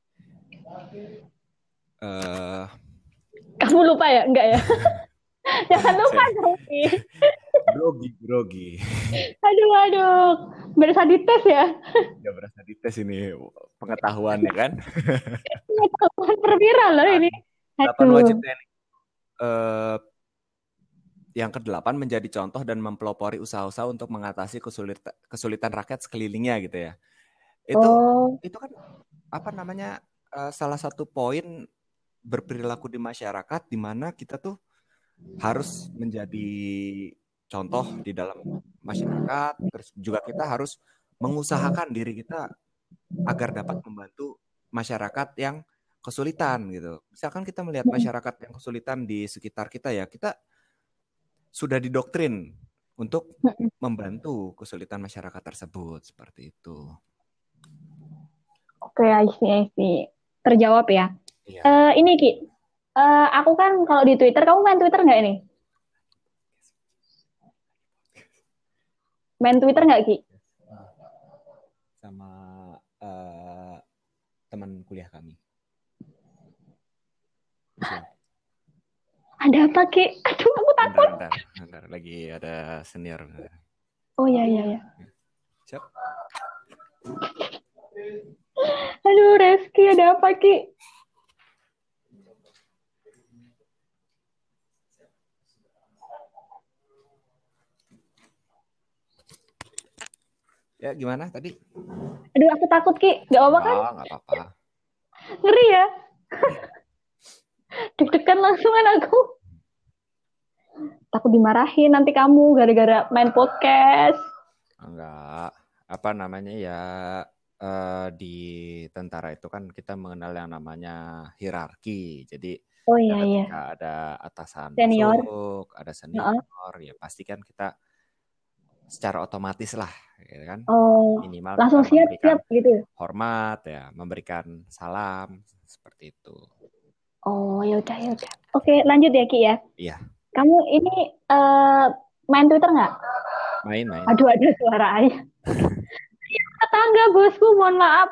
eh kamu lupa ya? Enggak ya? Jangan lupa saya dong. Ki. grogi. Aduh, aduh. Berasa dites ya? Nggak berasa dites ini pengetahuannya kan. Pengetahuan perwira loh Nah, ini. 8 Wajib Aduh. TNI eh, yang ke-8 menjadi contoh dan mempelopori usaha-usaha untuk mengatasi kesulitan rakyat sekelilingnya gitu ya. Itu Oh, itu kan apa namanya, salah satu poin berperilaku di masyarakat di mana kita tuh harus menjadi contoh di dalam masyarakat, terus juga kita harus mengusahakan diri kita agar dapat membantu masyarakat yang kesulitan gitu. Misalkan kita melihat masyarakat yang kesulitan di sekitar kita ya, kita sudah didoktrin untuk membantu kesulitan masyarakat tersebut seperti itu. oke, I see, I see. Terjawab ya. Iya. Ini Ki, Aku kan kalau di Twitter, kamu main Twitter nggak ini? Main Twitter nggak, Ki? Sama eh, teman kuliah kami. Ada apa, Ki? Aduh, aku takut. Bentar, lagi ada senior. Oh iya, iya, iya. Siap. Aduh, Reski, ada apa, Ki? Ya, gimana tadi? Aduh, aku takut, Ki. Gak apa-apa kan? Nggak apa-apa. Ngeri ya? Deg-degan langsungan aku. Takut dimarahin nanti kamu gara-gara main podcast. Enggak. Apa namanya ya, di tentara itu kan kita mengenal yang namanya hierarki. Jadi Oh ya iya, iya. ketika ada atasan Senior. masuk, ada senior, Heeh. ya pasti kan kita secara otomatis lah, gitu kan. Oh, Minimal kita langsung memberikan siap-siap gitu. hormat ya, memberikan salam seperti itu. Oh, ya udah, ya udah. Oke, lanjut ya, Ki ya. Iya, Kamu ini main Twitter nggak? main. Aduh, ada suara ayah. Tetangga bosku, mohon maaf.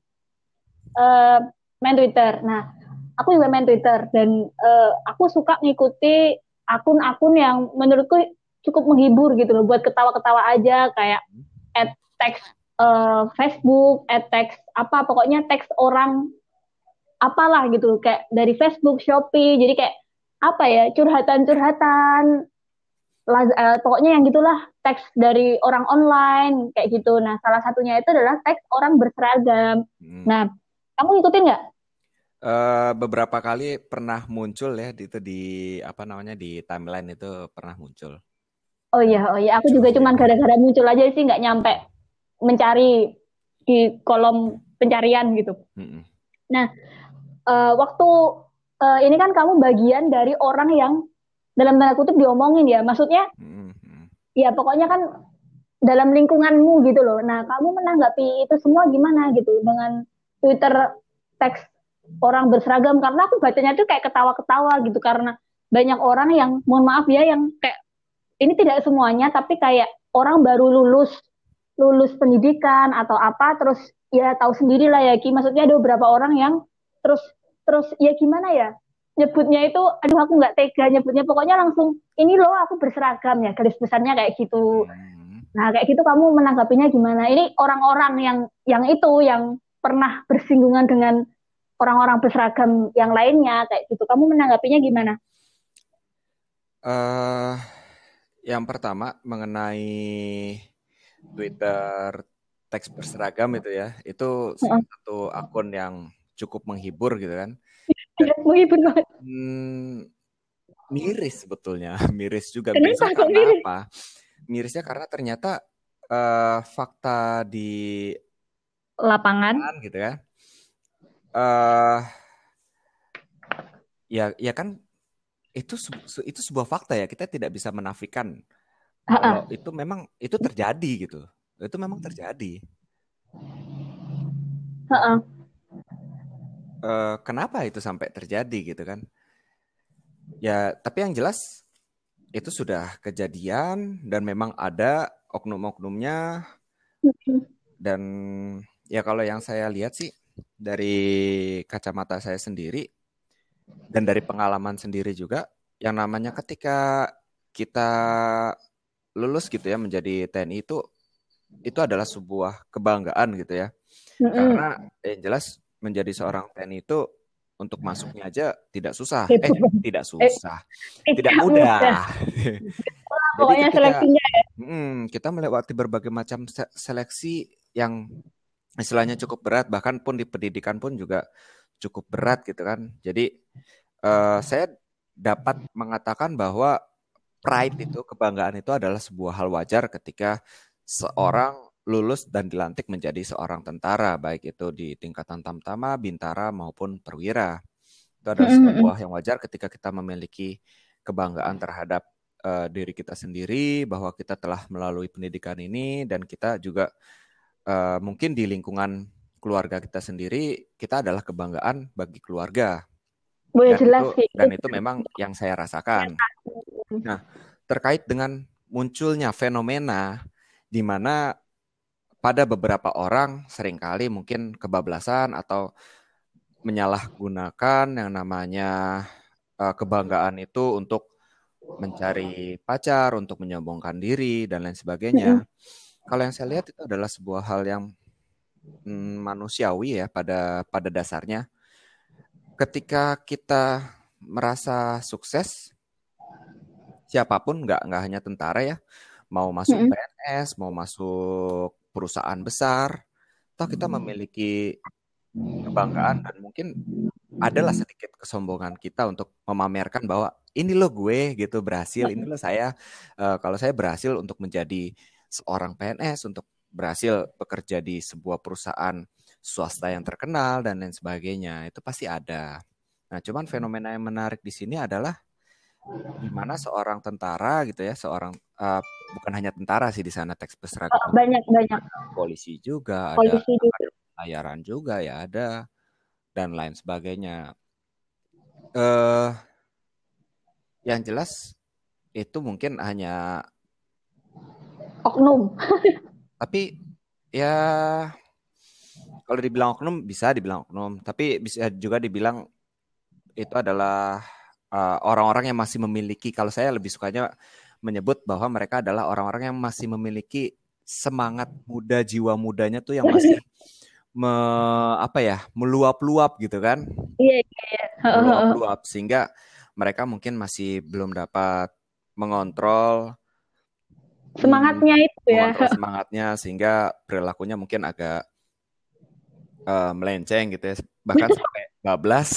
Eh, Main Twitter. Nah, aku juga main Twitter dan aku suka ngikuti akun-akun yang menurutku cukup menghibur gitu loh, buat ketawa-ketawa aja kayak at teks Facebook, at teks apa, pokoknya teks orang apalah gitu, kayak dari Facebook, Shopee, jadi kayak apa ya, curhatan-curhatan, pokoknya yang gitulah, teks dari orang online kayak gitu. Nah, salah satunya itu adalah teks orang berseragam. Hmm. Nah, kamu ngikutin nggak? Beberapa kali pernah muncul ya di apa namanya di timeline itu pernah muncul. Oh iya, aku juga Lucu cuman ya. gara-gara muncul aja sih, nggak nyampe mencari di kolom pencarian gitu. Mm-mm. Nah, waktu ini kan kamu bagian dari orang yang dalam tanda kutip diomongin ya, maksudnya Mm-mm. ya pokoknya kan dalam lingkunganmu gitu loh. Nah, kamu menanggapi itu semua gimana gitu dengan Twitter teks orang berseragam, karena aku bacanya tuh kayak ketawa-ketawa gitu, karena banyak orang yang mohon maaf ya, yang kayak ini tidak semuanya, tapi kayak orang baru lulus lulus pendidikan atau apa, terus ya tahu sendiri lah ya Ki, maksudnya ada beberapa orang yang terus terus ya gimana ya, nyebutnya itu, aduh aku nggak tega nyebutnya, pokoknya langsung ini loh aku berseragam ya, garis besarnya kayak gitu. Mm. Nah kayak gitu kamu menanggapinya gimana? Ini orang-orang yang itu yang pernah bersinggungan dengan orang-orang berseragam yang lainnya kayak gitu, kamu menanggapinya gimana? Eh, yang pertama mengenai Twitter teks berseragam itu ya, itu salah satu akun yang cukup menghibur gitu kan. Dan Menghibur banget. Miris sebetulnya, miris juga. Kenapa Mirisnya kok karena mirip? apa? Mirisnya karena ternyata fakta di Lapangan. gitu kan. eh ya kan itu sebuah fakta ya. Kita tidak bisa menafikan kalau itu memang itu terjadi gitu. Itu memang terjadi. Kenapa itu sampai terjadi gitu kan? Ya, tapi yang jelas itu sudah kejadian dan memang ada oknum-oknumnya, dan ya kalau yang saya lihat sih dari kacamata saya sendiri dan dari pengalaman sendiri juga, yang namanya ketika kita lulus gitu ya menjadi TNI itu adalah sebuah kebanggaan gitu ya. Karena yang jelas menjadi seorang TNI itu untuk masuknya aja tidak susah. Tidak susah. Tidak Tidak mudah. mudah. Jadi Pokoknya ketika seleksinya. kita melewati berbagai macam seleksi yang istilahnya cukup berat, bahkan pun di pendidikan pun juga cukup berat gitu kan. Jadi saya dapat mengatakan bahwa pride itu, kebanggaan itu adalah sebuah hal wajar ketika seorang lulus dan dilantik menjadi seorang tentara, baik itu di tingkatan tamtama, bintara maupun perwira. Itu adalah sebuah yang wajar ketika kita memiliki kebanggaan terhadap diri kita sendiri, bahwa kita telah melalui pendidikan ini, dan kita juga mungkin di lingkungan keluarga kita sendiri, kita adalah kebanggaan bagi keluarga. Boleh Dan jelas itu kayak dan gitu. itu memang yang saya rasakan. Nah, terkait dengan munculnya fenomena di mana pada beberapa orang seringkali mungkin kebablasan atau menyalahgunakan yang namanya kebanggaan itu untuk mencari pacar, untuk menyombongkan diri dan lain Mm-mm. sebagainya. Kalau yang saya lihat itu adalah sebuah hal yang manusiawi ya pada dasarnya. Ketika kita merasa sukses, siapapun nggak hanya tentara ya, mau masuk Mm-mm. PNS, mau masuk perusahaan besar, toh kita memiliki kebanggaan dan mungkin adalah sedikit kesombongan kita untuk memamerkan bahwa ini loh gue gitu berhasil, ini loh saya kalau saya berhasil untuk menjadi seorang PNS, untuk berhasil bekerja di sebuah perusahaan swasta yang terkenal dan lain sebagainya, itu pasti ada. Nah, cuman fenomena yang menarik di sini adalah di mana seorang tentara gitu ya, seorang bukan hanya tentara sih di sana teks berseragam itu Banyak banyak polisi juga, ada polisi juga. pelayaran juga ya ada dan lain sebagainya. eh yang jelas itu mungkin hanya Oknum. tapi ya kalau dibilang oknum bisa dibilang oknum, tapi bisa juga dibilang itu adalah orang-orang yang masih memiliki kalau saya lebih sukanya menyebut bahwa mereka adalah orang-orang yang masih memiliki semangat muda, jiwa mudanya tuh yang masih me, apa ya, meluap-luap gitu kan. Iya, iya, iya. Meluap-luap sehingga mereka mungkin masih belum dapat mengontrol hmm, Semangatnya itu ya. mengontrol semangatnya sehingga perilakunya mungkin agak melenceng gitu ya bahkan sampai bablas.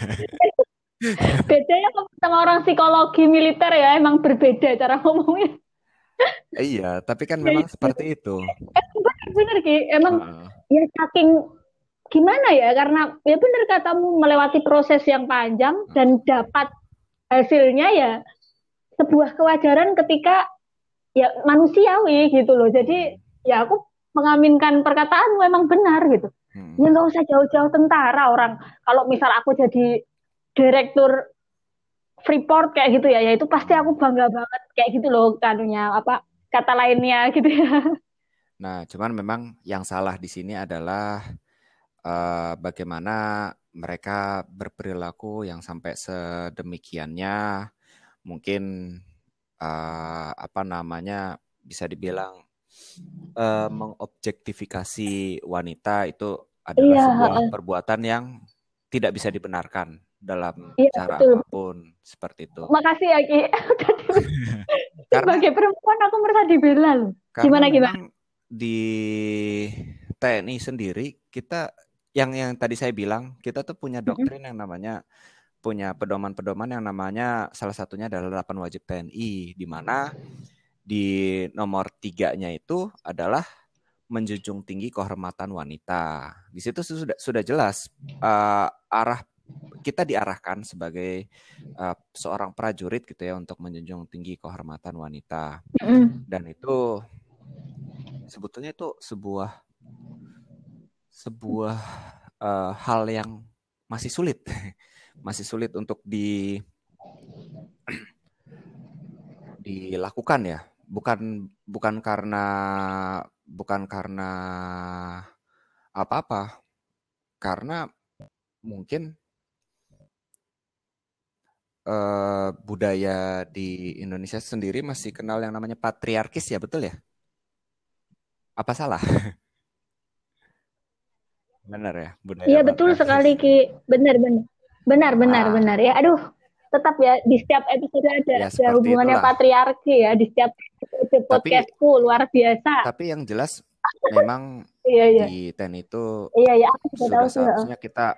Bedanya sama orang psikologi militer ya, emang berbeda cara ngomongnya. Iya tapi kan Ya, memang itu. seperti itu. Bener Ki, emang Heeh. ya saking gimana ya, karena ya bener katamu melewati proses yang panjang dan dapat hasilnya ya sebuah kewajaran ketika ya manusiawi gitu loh. Jadi ya aku mengaminkan perkataanmu emang benar gitu. Ya Hmm. nggak usah jauh-jauh tentara orang. Kalau misal aku jadi direktur Freeport kayak gitu ya, ya itu pasti aku Hmm. bangga banget kayak gitu loh kanunya apa kata lainnya gitu ya. Nah cuman memang yang salah di sini adalah bagaimana mereka berperilaku yang sampai sedemikiannya mungkin apa namanya bisa dibilang mengobjektifikasi wanita itu adalah Iya, sebuah heeh. perbuatan yang tidak bisa dibenarkan dalam Iya cara betul. apapun seperti itu. Makasih ya Ki. Karena Sebagai perempuan aku merasa dibela loh. karena Gimana gimana? memang di TNI sendiri kita yang tadi saya bilang kita tuh punya Mm-mm. doktrin yang namanya punya pedoman-pedoman yang namanya salah satunya adalah 8 wajib TNI di mana di nomor tiganya itu adalah menjunjung tinggi kehormatan wanita. Di situ sudah jelas arah kita diarahkan sebagai seorang prajurit gitu ya untuk menjunjung tinggi kehormatan wanita. Mm-mm. Dan itu sebetulnya itu sebuah sebuah hal yang masih sulit, masih sulit untuk dilakukan ya. Bukan bukan karena bukan karena apa-apa, karena mungkin budaya di Indonesia sendiri masih kenal yang namanya patriarkis ya, betul ya? Apa salah? Benar ya, budaya Iya betul patriarkis. sekali Ki. Benar benar. Benar benar Ah, benar ya. Aduh, tetap ya di setiap episode ya ada seperti hubungannya itulah. patriarki ya di setiap episode Tapi podcastku luar biasa. tapi yang jelas memang Iya iya. di TEN itu Iya iya aku juga tahu sudah sih. Heeh. seharusnya kita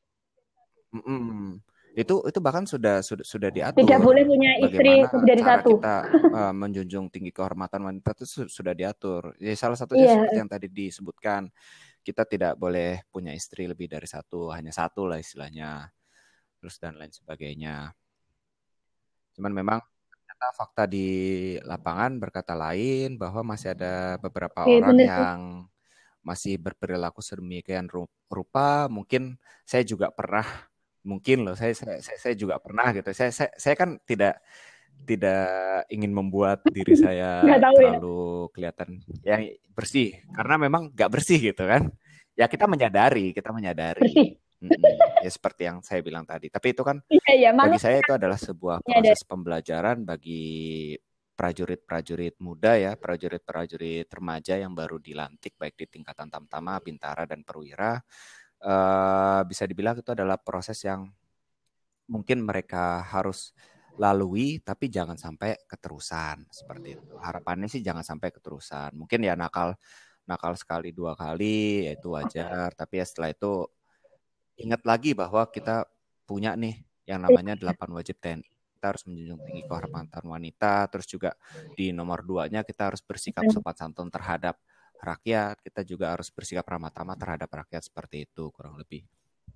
itu bahkan sudah Tidak diatur boleh punya istri bagaimana lebih dari cara satu. kita menjunjung tinggi kehormatan wanita itu sudah diatur. Ya salah satunya seperti Iya. yang tadi disebutkan, kita tidak boleh punya istri lebih dari satu, hanya satu lah istilahnya, terus dan lain sebagainya. Cuman memang ternyata fakta di lapangan berkata lain bahwa masih ada beberapa Iya orang benar sih. yang masih berperilaku sedemikian rupa. Mungkin saya juga pernah mungkin loh saya juga pernah gitu. Saya kan tidak ingin membuat diri Nggak saya tahu ya. terlalu kelihatan ya bersih karena memang nggak bersih gitu kan. Ya kita menyadari. Bersih. Ya seperti yang saya bilang tadi. Tapi itu kan Iya, iya. bagi Manusia saya itu adalah sebuah ada. proses pembelajaran bagi prajurit-prajurit muda ya, prajurit-prajurit remaja yang baru dilantik baik di tingkatan Tamtama, Bintara dan Perwira. Bisa dibilang itu adalah proses yang mungkin mereka harus lalui, tapi jangan sampai keterusan seperti itu. Harapannya sih jangan sampai keterusan. Mungkin ya nakal nakal sekali dua kali, ya itu wajar. Tapi ya setelah itu ingat lagi bahwa kita punya nih yang namanya 8 wajib TNI. Kita harus menjunjung tinggi kehormatan wanita. Terus juga di nomor 2-nya kita harus bersikap sopan santun terhadap rakyat. Kita juga harus bersikap ramah tamah terhadap rakyat seperti itu kurang lebih.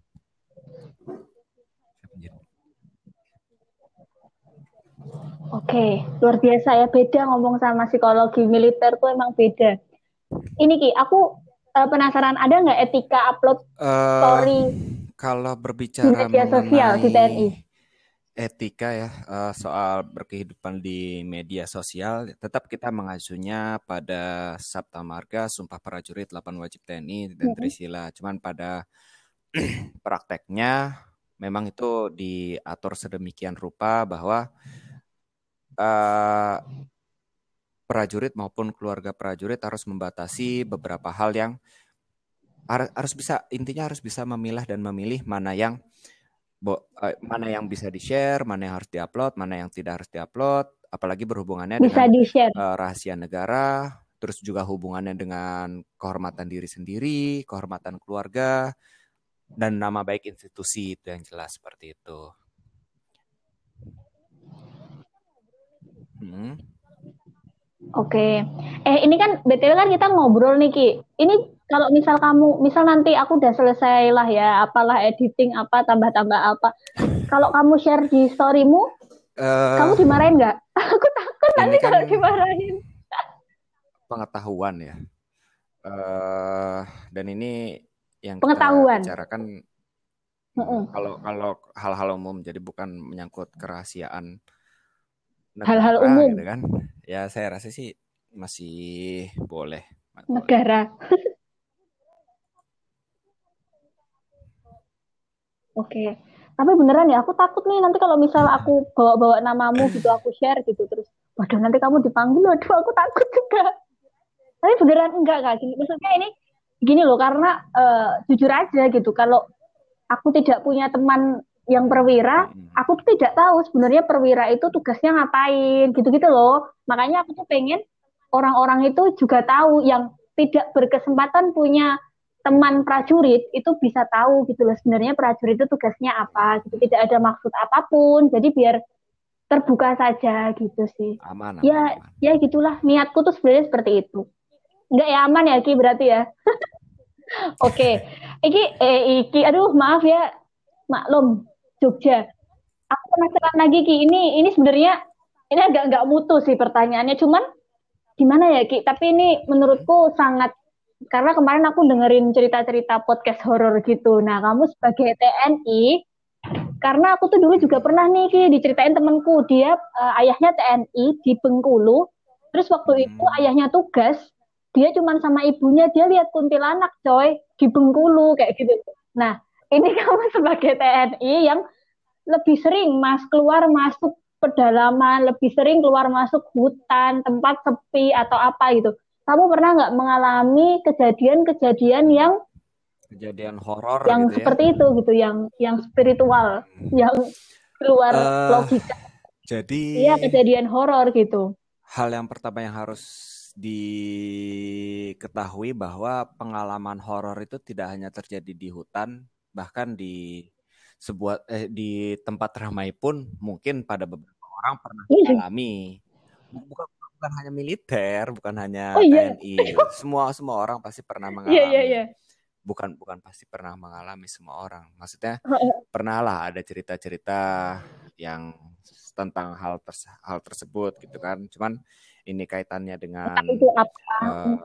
Oke, luar biasa ya. Beda ngomong sama psikologi militer tuh emang beda. Ini Ki, aku penasaran ada nggak etika upload Eh, story Kalau di berbicara media sosial di mengenai TNI? etika ya, soal berkehidupan di media sosial, tetap kita mengacunya pada Sabta Marga, Sumpah Prajurit, 8 Wajib TNI, dan Mm-mm. Trisila. Cuman pada prakteknya memang itu diatur sedemikian rupa bahwa eh, prajurit maupun keluarga prajurit harus membatasi beberapa hal yang harus bisa, intinya harus bisa memilah dan memilih mana yang bisa di-share, mana yang harus di-upload, mana yang tidak harus di-upload, apalagi berhubungannya Bisa dengan di-share. rahasia negara, terus juga hubungannya dengan kehormatan diri sendiri, kehormatan keluarga, dan nama baik institusi itu yang jelas seperti itu. Hmm. Oke. Ini kan BTW kan kita ngobrol nih Ki. Ini kalau misal kamu, misal nanti aku udah selesai lah ya, apalah editing apa tambah-tambah apa. Kalau kamu share di storymu, Eh, kamu dimarahin nggak? Aku takut ini nanti kan kalau dimarahin. pengetahuan ya. Eh, dan ini yang kita Pengetahuan. bicarakan Mm-mm. kalau kalau hal-hal umum, jadi bukan menyangkut kerahasiaan Hal-hal negara gitu umum kan. Ya saya rasa sih masih boleh, boleh. negara. Oke. Tapi beneran ya, aku takut nih nanti kalau misal aku bawa-bawa namamu gitu, aku share gitu terus. Waduh, nanti kamu dipanggil, waduh aku takut juga. Tapi beneran enggak kak, gini, maksudnya ini gini loh, karena jujur aja gitu, kalau aku tidak punya teman yang perwira, Mm-mm. aku tuh tidak tahu sebenarnya perwira itu tugasnya ngapain, gitu-gitu loh. Makanya aku tuh pengen orang-orang itu juga tahu yang tidak berkesempatan punya teman prajurit itu bisa tahu gitu loh sebenarnya prajurit itu tugasnya apa gitu, tidak ada maksud apapun, jadi biar terbuka saja gitu sih. Aman, aman, Ya, aman. ya gitulah niatku tuh sebenarnya seperti itu. Enggak ya, aman ya Ki berarti ya. Oke. Iki aduh maaf ya. Maklum Jogja. Aku penasaran lagi Ki. Ini sebenarnya ini agak nggak mutu sih pertanyaannya. Cuman gimana ya Ki? Tapi ini Mm-mm. menurutku sangat, karena kemarin aku dengerin cerita-cerita podcast horor gitu. Nah, kamu sebagai TNI, karena aku tuh dulu juga Mm-mm. pernah nih Ki diceritain temenku, dia ayahnya TNI di Bengkulu. Terus waktu itu Mm-mm. ayahnya tugas, dia cuman sama ibunya, dia lihat kuntilanak coy di Bengkulu kayak gitu. Nah, ini kamu sebagai TNI yang lebih sering keluar masuk pedalaman, lebih sering keluar masuk hutan, tempat sepi atau apa gitu. Kamu pernah nggak mengalami kejadian-kejadian Mm. yang Kejadian horor yang gitu ya. seperti itu gitu, yang spiritual, Mm. yang keluar eh logika? jadi Iya, kejadian horor gitu. hal yang pertama yang harus diketahui bahwa pengalaman horor itu tidak hanya terjadi di hutan, bahkan di tempat ramai pun mungkin pada beberapa orang pernah Iya. mengalami. Bukan bukan hanya militer, bukan Oh hanya iya. TNI. Semua semua orang pasti pernah Iya, iya, mengalami. iya. Bukan bukan pasti pernah mengalami semua orang. Maksudnya pernah lah ada cerita-cerita yang tentang hal tersebut gitu kan. Cuman ini kaitannya dengan Entah itu apa.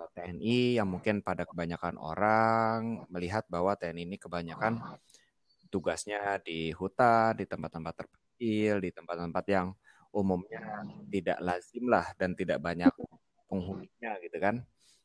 TNI yang mungkin pada kebanyakan orang melihat bahwa TNI ini kebanyakan tugasnya di hutan, di tempat-tempat terpencil, di tempat-tempat yang umumnya tidak lazim lah dan tidak banyak penghuninya gitu kan.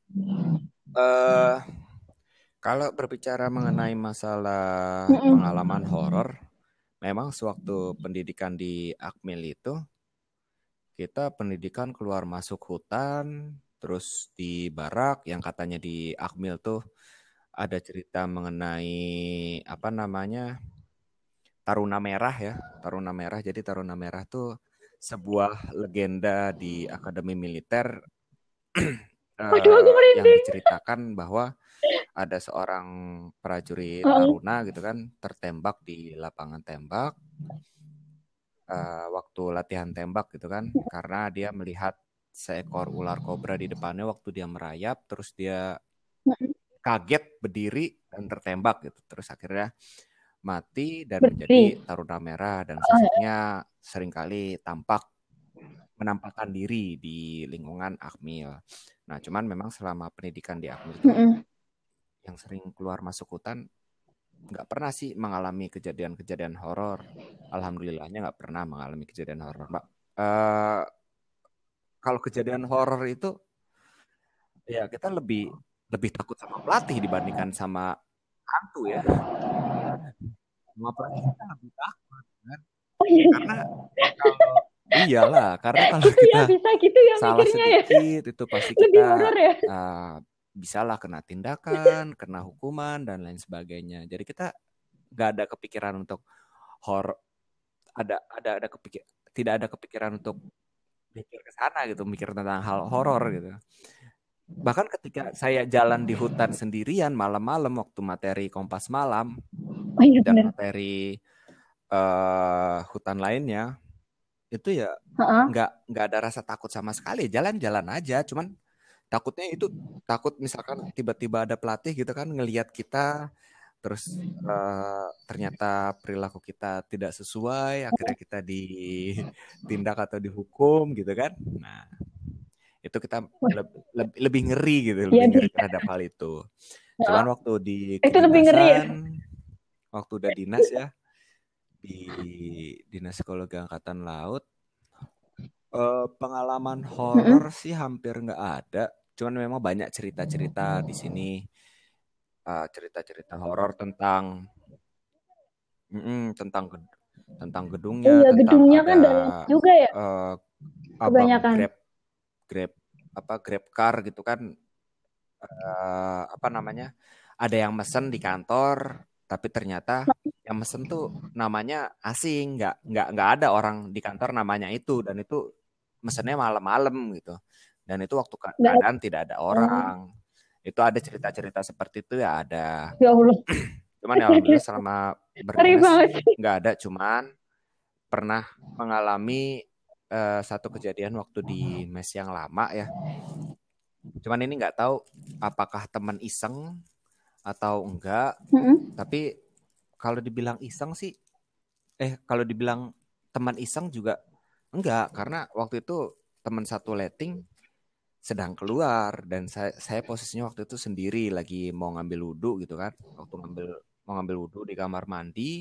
Eh Kalau berbicara mengenai masalah pengalaman horor, memang sewaktu pendidikan di Akmil itu kita pendidikan keluar masuk hutan, terus di barak yang katanya di Akmil tuh ada cerita mengenai apa namanya Taruna Merah ya, Taruna Merah. Jadi Taruna Merah tuh sebuah legenda di Akademi Militer Waduh, aku yang merinding. diceritakan bahwa ada seorang prajurit Heeh. Taruna gitu kan tertembak di lapangan tembak waktu latihan tembak gitu kan karena dia melihat seekor ular kobra di depannya waktu dia merayap terus dia kaget berdiri dan tertembak gitu terus akhirnya mati dan Berdiri. menjadi Taruna Merah dan sosoknya seringkali menampakkan diri di lingkungan Akmil. Nah, cuman memang selama pendidikan di Akmil itu yang sering keluar masuk hutan nggak pernah sih mengalami kejadian-kejadian horor. Alhamdulillahnya nggak pernah mengalami kejadian horor, Mbak. Eh, Kalau kejadian horor itu ya kita lebih lebih takut sama pelatih dibandingkan sama hantu ya. Sama pelatih kita lebih takut kan. Oh iya, Karena kalau iyalah, karena kalau gitu ya, kita bisa gitu ya salah mikirnya ya. sedikit itu pasti Lebih kita horor ya. bisalah kena tindakan, kena hukuman dan lain sebagainya. Jadi kita nggak ada kepikiran untuk horor, ada kepikir tidak ada kepikiran untuk mikir ke sana gitu, mikir tentang hal horor gitu. Bahkan ketika saya jalan di hutan sendirian malam-malam waktu materi Kompas Malam Oh iya dan benar. materi hutan lainnya itu ya Heeh. nggak ada rasa takut sama sekali, jalan-jalan aja, cuman takutnya itu takut misalkan tiba-tiba ada pelatih gitu kan ngelihat kita terus ternyata perilaku kita tidak sesuai akhirnya kita ditindak atau dihukum gitu kan. Nah, itu kita Wah, lebih ngeri gitu, iya lebih deh. ngeri terhadap hal itu. Heeh. Cuman waktu di Itu lebih ngeri ya. kedinasan, waktu udah dinas ya di Dinas Psikologi Angkatan Laut, pengalaman horor Mm-mm. sih hampir nggak ada. Cuman memang banyak cerita-cerita di sini, cerita-cerita horor tentang Oh gedungnya, iya, tentang gedungnya kan ada dalam juga ya eh, abang kebanyakan. Grab Grab car gitu kan, apa namanya? Ada yang mesen di kantor, tapi ternyata yang mesen tuh namanya asing, nggak ada orang di kantor namanya itu dan itu mesennya malam-malam gitu. Dan itu waktu Nggak. keadaan tidak ada Oh, orang. Itu ada cerita-cerita seperti itu ya ada. ya Allah. Cuman ya alhamdulillah selama Ngeri berdinas banget sih. nggak ada. Cuman pernah mengalami satu kejadian waktu di mes yang lama ya. Cuman ini nggak tahu apakah teman iseng atau enggak. Mm-mm. Tapi kalau dibilang iseng sih, kalau dibilang teman iseng juga enggak. Karena waktu itu teman satu letting sedang keluar dan saya posisinya waktu itu sendiri lagi mau ngambil wudhu gitu kan. Waktu mau ngambil wudhu di kamar mandi,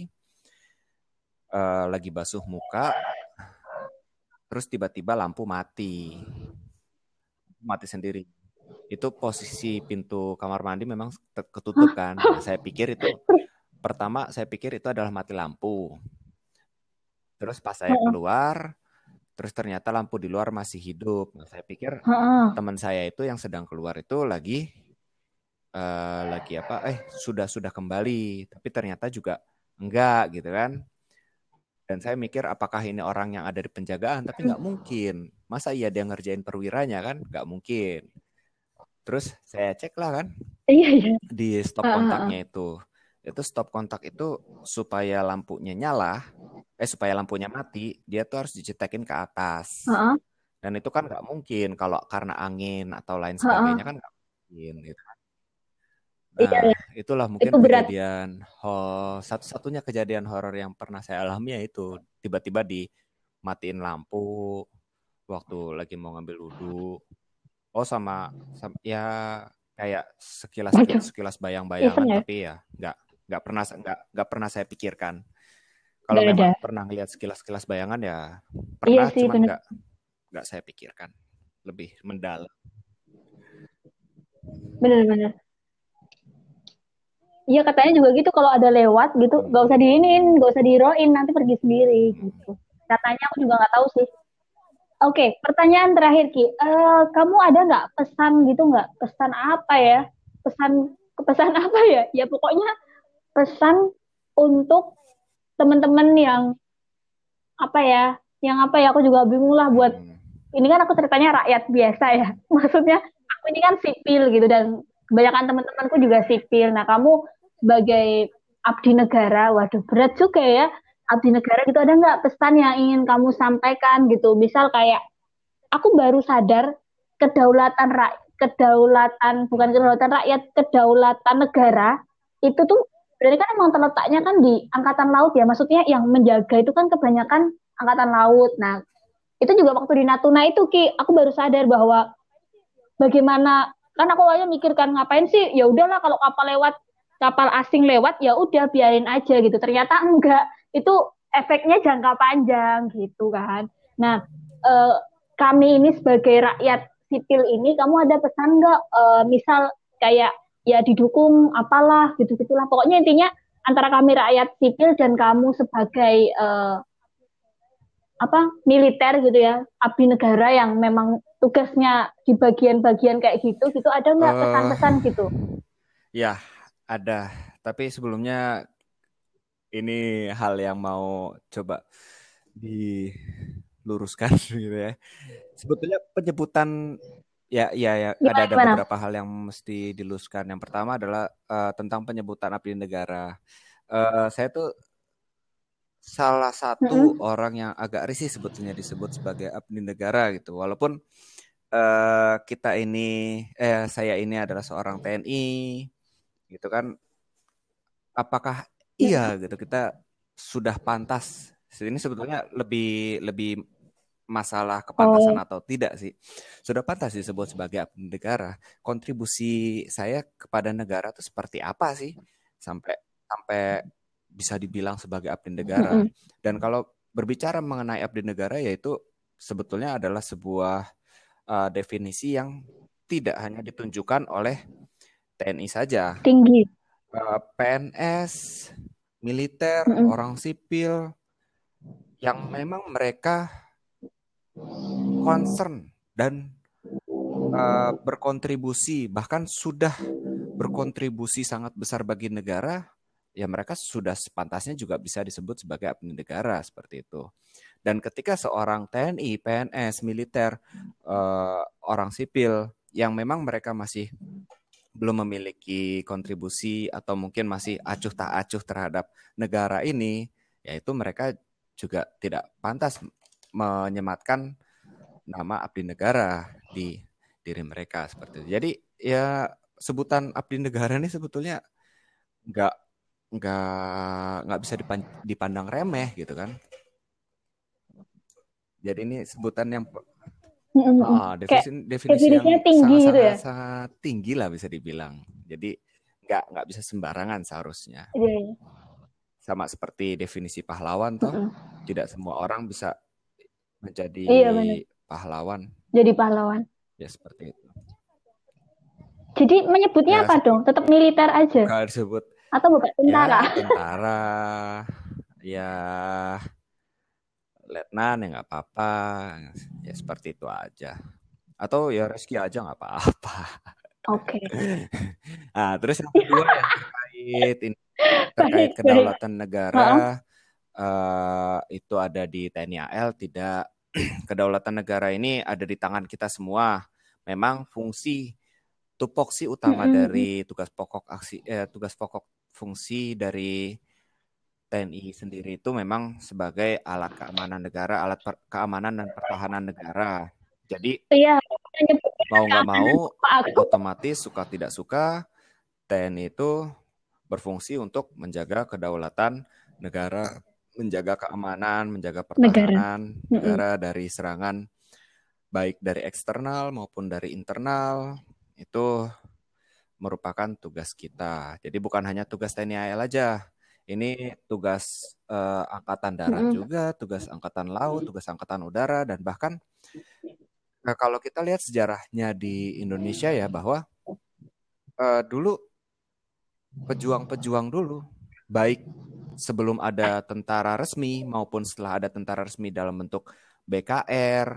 lagi basuh muka, terus tiba-tiba lampu mati sendiri. Itu posisi pintu kamar mandi memang ketutup Hah? kan. Nah, saya pikir itu adalah mati lampu. Terus pas saya Heeh. keluar, terus ternyata lampu di luar masih hidup. Nah, saya pikir Heeh. teman saya itu yang sedang keluar itu lagi apa? Sudah kembali, tapi ternyata juga enggak gitu kan. Dan saya mikir apakah ini orang yang ada di penjagaan, tapi nggak mungkin. Masa iya dia ngerjain perwiranya kan? Nggak mungkin. Terus saya cek lah kan Iya, iya. di stop Heeh, heeh. kontaknya itu. Itu stop kontak itu supaya lampunya nyala, supaya lampunya mati, dia tuh harus dicetekin ke atas. Heeh, Dan itu kan nggak mungkin kalau karena angin atau lain heeh. sebagainya kan nggak mungkin gitu. Iya, Nah, iya. itulah Itu mungkin berat. satu-satunya kejadian horor yang pernah saya alami yaitu tiba-tiba dimatiin lampu waktu lagi mau ngambil wudhu. Oh sama ya kayak sekilas Waduh, sekilas iseng bayang-bayangan ya. tapi ya nggak. nggak pernah saya pikirkan. Kalau Nggak ada. memang pernah lihat sekilas-sekilas bayangan ya Iya pernah, sih, cuman bener. nggak saya pikirkan lebih mendalam. Bener-bener. Iya katanya juga gitu kalau ada lewat gitu, nggak usah Hmm. diinin, nggak usah diroin, nanti pergi sendiri Hmm. gitu. Katanya aku juga nggak tahu sih. Oke, pertanyaan terakhir Ki. Kamu ada nggak pesan gitu nggak? Pesan apa ya? Pesan pesan apa ya? Ya pokoknya pesan untuk teman-teman yang apa ya? Yang apa ya? Aku juga bingung lah buat Hmm. ini kan aku ceritanya rakyat biasa ya. Maksudnya aku ini kan sipil gitu dan kebanyakan teman-temanku juga sipil. Nah, kamu sebagai abdi negara, waduh berat juga ya. Abdi negara gitu ada nggak pesan yang ingin kamu sampaikan gitu? Misal kayak aku baru sadar kedaulatan bukan kedaulatan rakyat, kedaulatan negara itu tuh berarti kan emang terletaknya kan di angkatan laut ya. Maksudnya yang menjaga itu kan kebanyakan angkatan laut. Nah, itu juga waktu di Natuna itu Ki, aku baru sadar bahwa bagaimana kan aku awalnya mikir kan ngapain sih? Ya udahlah kalau kapal asing lewat ya udah biarin aja gitu. Ternyata enggak. Itu efeknya jangka panjang gitu kan. Nah, eh, kami ini sebagai rakyat sipil ini kamu ada pesan nggak misal kayak ya didukung apalah gitu-gitulah. Pokoknya intinya antara kami rakyat sipil dan kamu sebagai apa militer gitu ya, abdi negara yang memang tugasnya di bagian-bagian kayak gitu gitu ada nggak eh pesan-pesan gitu? ya ada, tapi sebelumnya ini hal yang mau coba diluruskan gitu ya. Sebetulnya penyebutan ya Gimana ada gimana? beberapa hal yang mesti diluruskan. Yang pertama adalah tentang penyebutan abdi negara. Saya tuh salah satu Mm-mm. orang yang agak risih sebetulnya disebut sebagai abdi negara gitu. Walaupun saya ini adalah seorang TNI gitu kan. Apakah iya gitu kita sudah pantas? Ini sebetulnya lebih lebih masalah kepantasan Oh, atau tidak sih. Sudah pantas disebut sebagai abdi negara. Kontribusi saya kepada negara itu seperti apa sih sampai sampai bisa dibilang sebagai abdi negara. mm-mm. Dan kalau berbicara mengenai abdi negara yaitu sebetulnya adalah sebuah definisi yang tidak hanya ditunjukkan oleh TNI saja, Tinggi. PNS, militer, Mm-mm. orang sipil yang memang mereka concern dan berkontribusi, bahkan sudah berkontribusi sangat besar bagi negara, ya mereka sudah sepantasnya juga bisa disebut sebagai abdi negara seperti itu. Dan ketika seorang TNI, PNS, militer, orang sipil yang memang mereka masih belum memiliki kontribusi atau mungkin masih acuh tak acuh terhadap negara ini, yaitu mereka juga tidak pantas menyematkan nama abdi negara di diri mereka seperti itu. Jadi ya sebutan abdi negara ini sebetulnya nggak nggak bisa dipandang remeh gitu kan. Jadi ini sebutan yang Mm-mm. Kayak definisi definisinya yang tinggi gitu ya. sangat tinggi lah bisa dibilang. Jadi nggak bisa sembarangan seharusnya. Iya, iya. Sama seperti definisi pahlawan toh, Mm-mm. tidak semua orang bisa menjadi Iya benar. pahlawan. Jadi pahlawan. Ya seperti itu. Jadi menyebutnya Ya apa dong? Tetap militer aja kalau disebut atau bukan tentara? ya tentara, ya letnan ya nggak apa-apa, ya seperti itu aja. Atau ya Reski aja nggak apa-apa. Oke. Nah, terus yang kedua yang terkait Baik, baik. kedaulatan Heeh. negara, itu ada di TNI AL, tidak. Kedaulatan negara ini ada di tangan kita semua. Memang tupoksi utama Mm-mm. dari tugas pokok fungsi dari TNI sendiri itu memang sebagai alat keamanan negara, keamanan dan pertahanan negara. Jadi Iya, menyebutnya mau nggak keamanan mau, Pak aku. otomatis suka tidak suka, TNI itu berfungsi untuk menjaga kedaulatan negara, menjaga keamanan, menjaga Negara. pertahanan Mm-mm. negara dari serangan baik dari eksternal maupun dari internal. Itu merupakan tugas kita. Jadi bukan hanya tugas TNI AL aja. Ini tugas Angkatan Darat juga, tugas Angkatan Laut, tugas Angkatan Udara, dan bahkan kalau kita lihat sejarahnya di Indonesia ya, bahwa dulu pejuang-pejuang dulu, baik sebelum ada tentara resmi maupun setelah ada tentara resmi dalam bentuk BKR,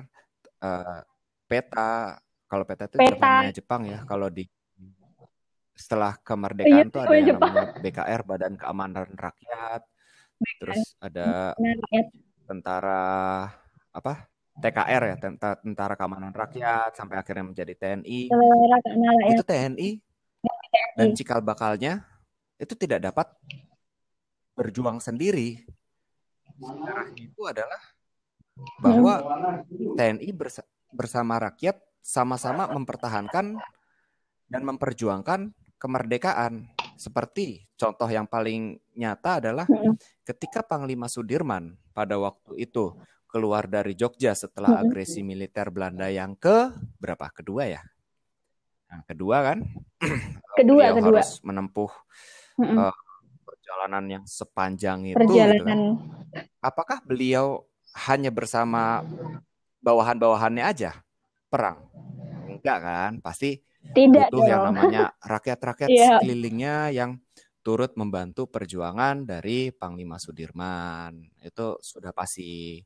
peta. Kalau peta itu Peta. zamannya Jepang ya. Kalau di setelah Iya, kemerdekaan tuh ada sama yang Jepang. namanya BKR, Badan Keamanan Rakyat. Terus ada tentara apa? TKR ya, Tentara Keamanan Rakyat, sampai akhirnya menjadi TNI. Itu TNI dan cikal bakalnya itu tidak dapat berjuang sendiri. Sejarahnya itu adalah bahwa TNI bersama rakyat sama-sama mempertahankan dan memperjuangkan kemerdekaan. Seperti contoh yang paling nyata adalah ketika Panglima Sudirman pada waktu itu keluar dari Jogja setelah agresi militer Belanda yang berapa? Kedua ya? Nah, kedua kan? Beliau harus menempuh perjalanan yang sepanjang itu gitu kan. Apakah beliau hanya bersama bawahan-bawahannya aja perang? Enggak kan? Pasti butuh yang namanya rakyat-rakyat sekelilingnya yang turut membantu perjuangan dari Panglima Sudirman. Itu sudah pasti.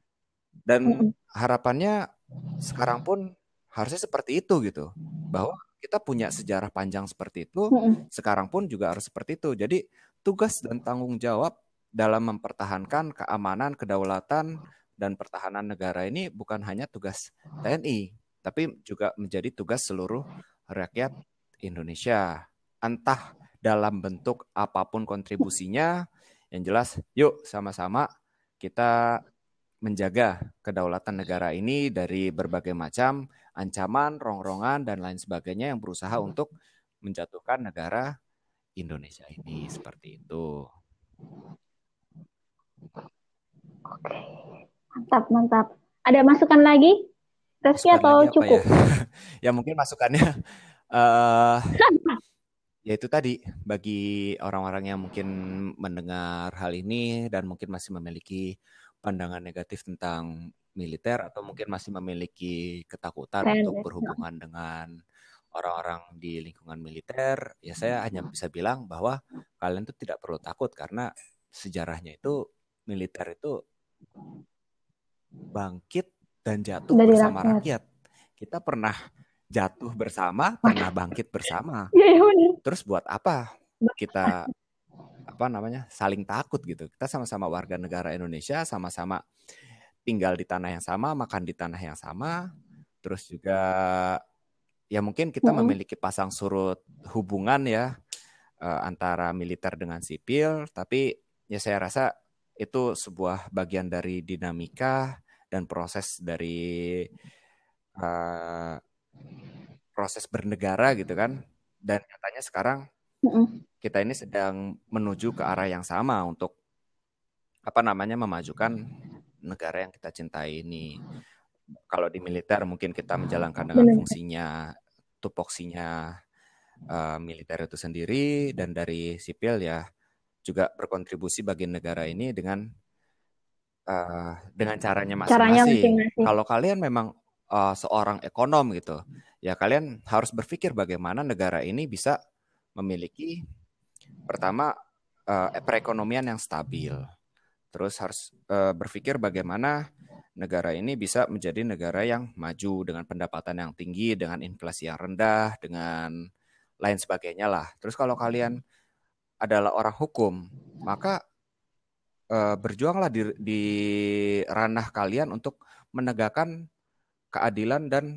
Dan harapannya sekarang pun harusnya seperti itu gitu. Bahwa kita punya sejarah panjang seperti itu, sekarang pun juga harus seperti itu. Jadi tugas dan tanggung jawab dalam mempertahankan keamanan, kedaulatan, dan pertahanan negara ini bukan hanya tugas TNI, tapi juga menjadi tugas seluruh rakyat Indonesia. Entah dalam bentuk apapun kontribusinya, yang jelas yuk sama-sama kita menjaga kedaulatan negara ini dari berbagai macam ancaman, rongrongan, dan lain sebagainya yang berusaha untuk menjatuhkan negara Indonesia ini. Seperti itu. Oke, mantap, mantap. Ada masukan lagi, Reski, Masukan atau lagi apa cukup? ya? Ya mungkin masukannya uh, ya itu tadi, bagi orang-orang yang mungkin mendengar hal ini dan mungkin masih memiliki pandangan negatif tentang militer atau mungkin masih memiliki ketakutan untuk berhubungan dengan orang-orang di lingkungan militer, ya saya hanya bisa bilang bahwa kalian tuh tidak perlu takut karena sejarahnya itu militer itu bangkit dan jatuh bersama rakyat. Kita pernah jatuh bersama, pernah bangkit bersama. Terus buat apa kita saling takut gitu? Kita sama-sama warga negara Indonesia, sama-sama tinggal di tanah yang sama, makan di tanah yang sama. Terus juga ya mungkin kita memiliki pasang surut hubungan ya antara militer dengan sipil, tapi ya saya rasa itu sebuah bagian dari dinamika dan proses dari proses bernegara gitu kan. Dan katanya sekarang kita ini sedang menuju ke arah yang sama untuk memajukan negara yang kita cintai ini. Kalau di militer mungkin kita menjalankan dengan fungsinya, tupoksinya militer itu sendiri, dan dari sipil ya juga berkontribusi bagi negara ini dengan caranya masing-masing. Kalau kalian memang seorang ekonom gitu, ya kalian harus berpikir bagaimana negara ini bisa memiliki pertama perekonomian yang stabil. Terus harus berpikir bagaimana negara ini bisa menjadi negara yang maju dengan pendapatan yang tinggi, dengan inflasi yang rendah, dengan lain sebagainya lah. Terus kalau kalian adalah orang hukum, maka berjuanglah di ranah kalian untuk menegakkan keadilan dan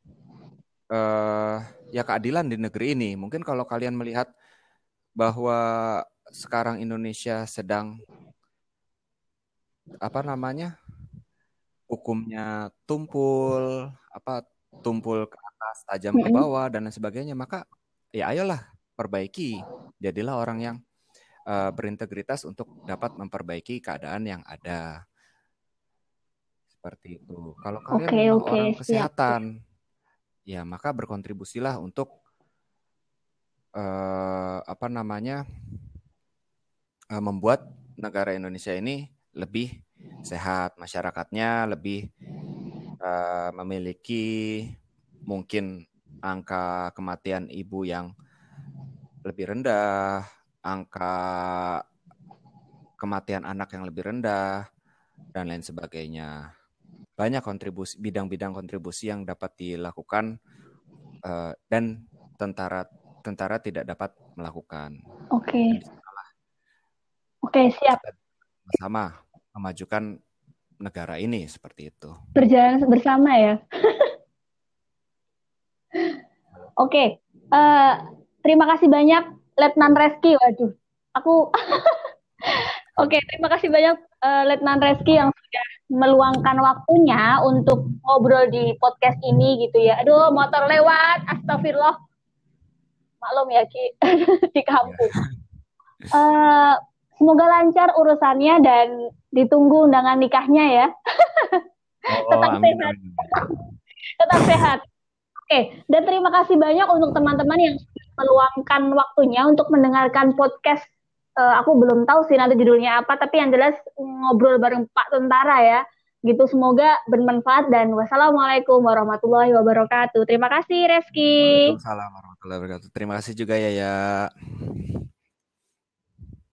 ya keadilan di negeri ini. Mungkin kalau kalian melihat bahwa sekarang Indonesia sedang hukumnya tumpul ke atas, tajam ke bawah dan lain sebagainya, maka ya ayolah perbaiki. Jadilah orang yang berintegritas untuk dapat memperbaiki keadaan yang ada. Seperti itu. Kalau kalian memang orang kesehatan, ya maka berkontribusilah untuk apa namanya membuat negara Indonesia ini lebih sehat, masyarakatnya lebih memiliki mungkin angka kematian ibu yang lebih rendah, angka kematian anak yang lebih rendah, dan lain sebagainya. Banyak bidang-bidang kontribusi yang dapat dilakukan dan tentara tidak dapat melakukan. Oke. Dan disanalah Oke, siap. kita sama memajukan negara ini seperti itu. Berjalan bersama ya. Oke. Terima kasih banyak Letnan Reski. Waduh, aku Oke, terima kasih banyak Letnan Reski yang sudah meluangkan waktunya untuk ngobrol di podcast ini gitu ya. Aduh, motor lewat, astagfirullah. Maklum ya Ki, di kampung. Semoga lancar urusannya dan ditunggu undangan nikahnya ya. Tetap Amin, sehat, amin. tetap sehat. Oke, dan terima kasih banyak untuk teman-teman yang sudah meluangkan waktunya untuk mendengarkan podcast. Aku belum tahu sih nanti judulnya apa, tapi yang jelas ngobrol bareng Pak Tentara ya. Gitu, semoga bermanfaat dan wassalamualaikum warahmatullahi wabarakatuh. Terima kasih, Reski. Waalaikumsalam warahmatullahi wabarakatuh. Terima kasih juga ya.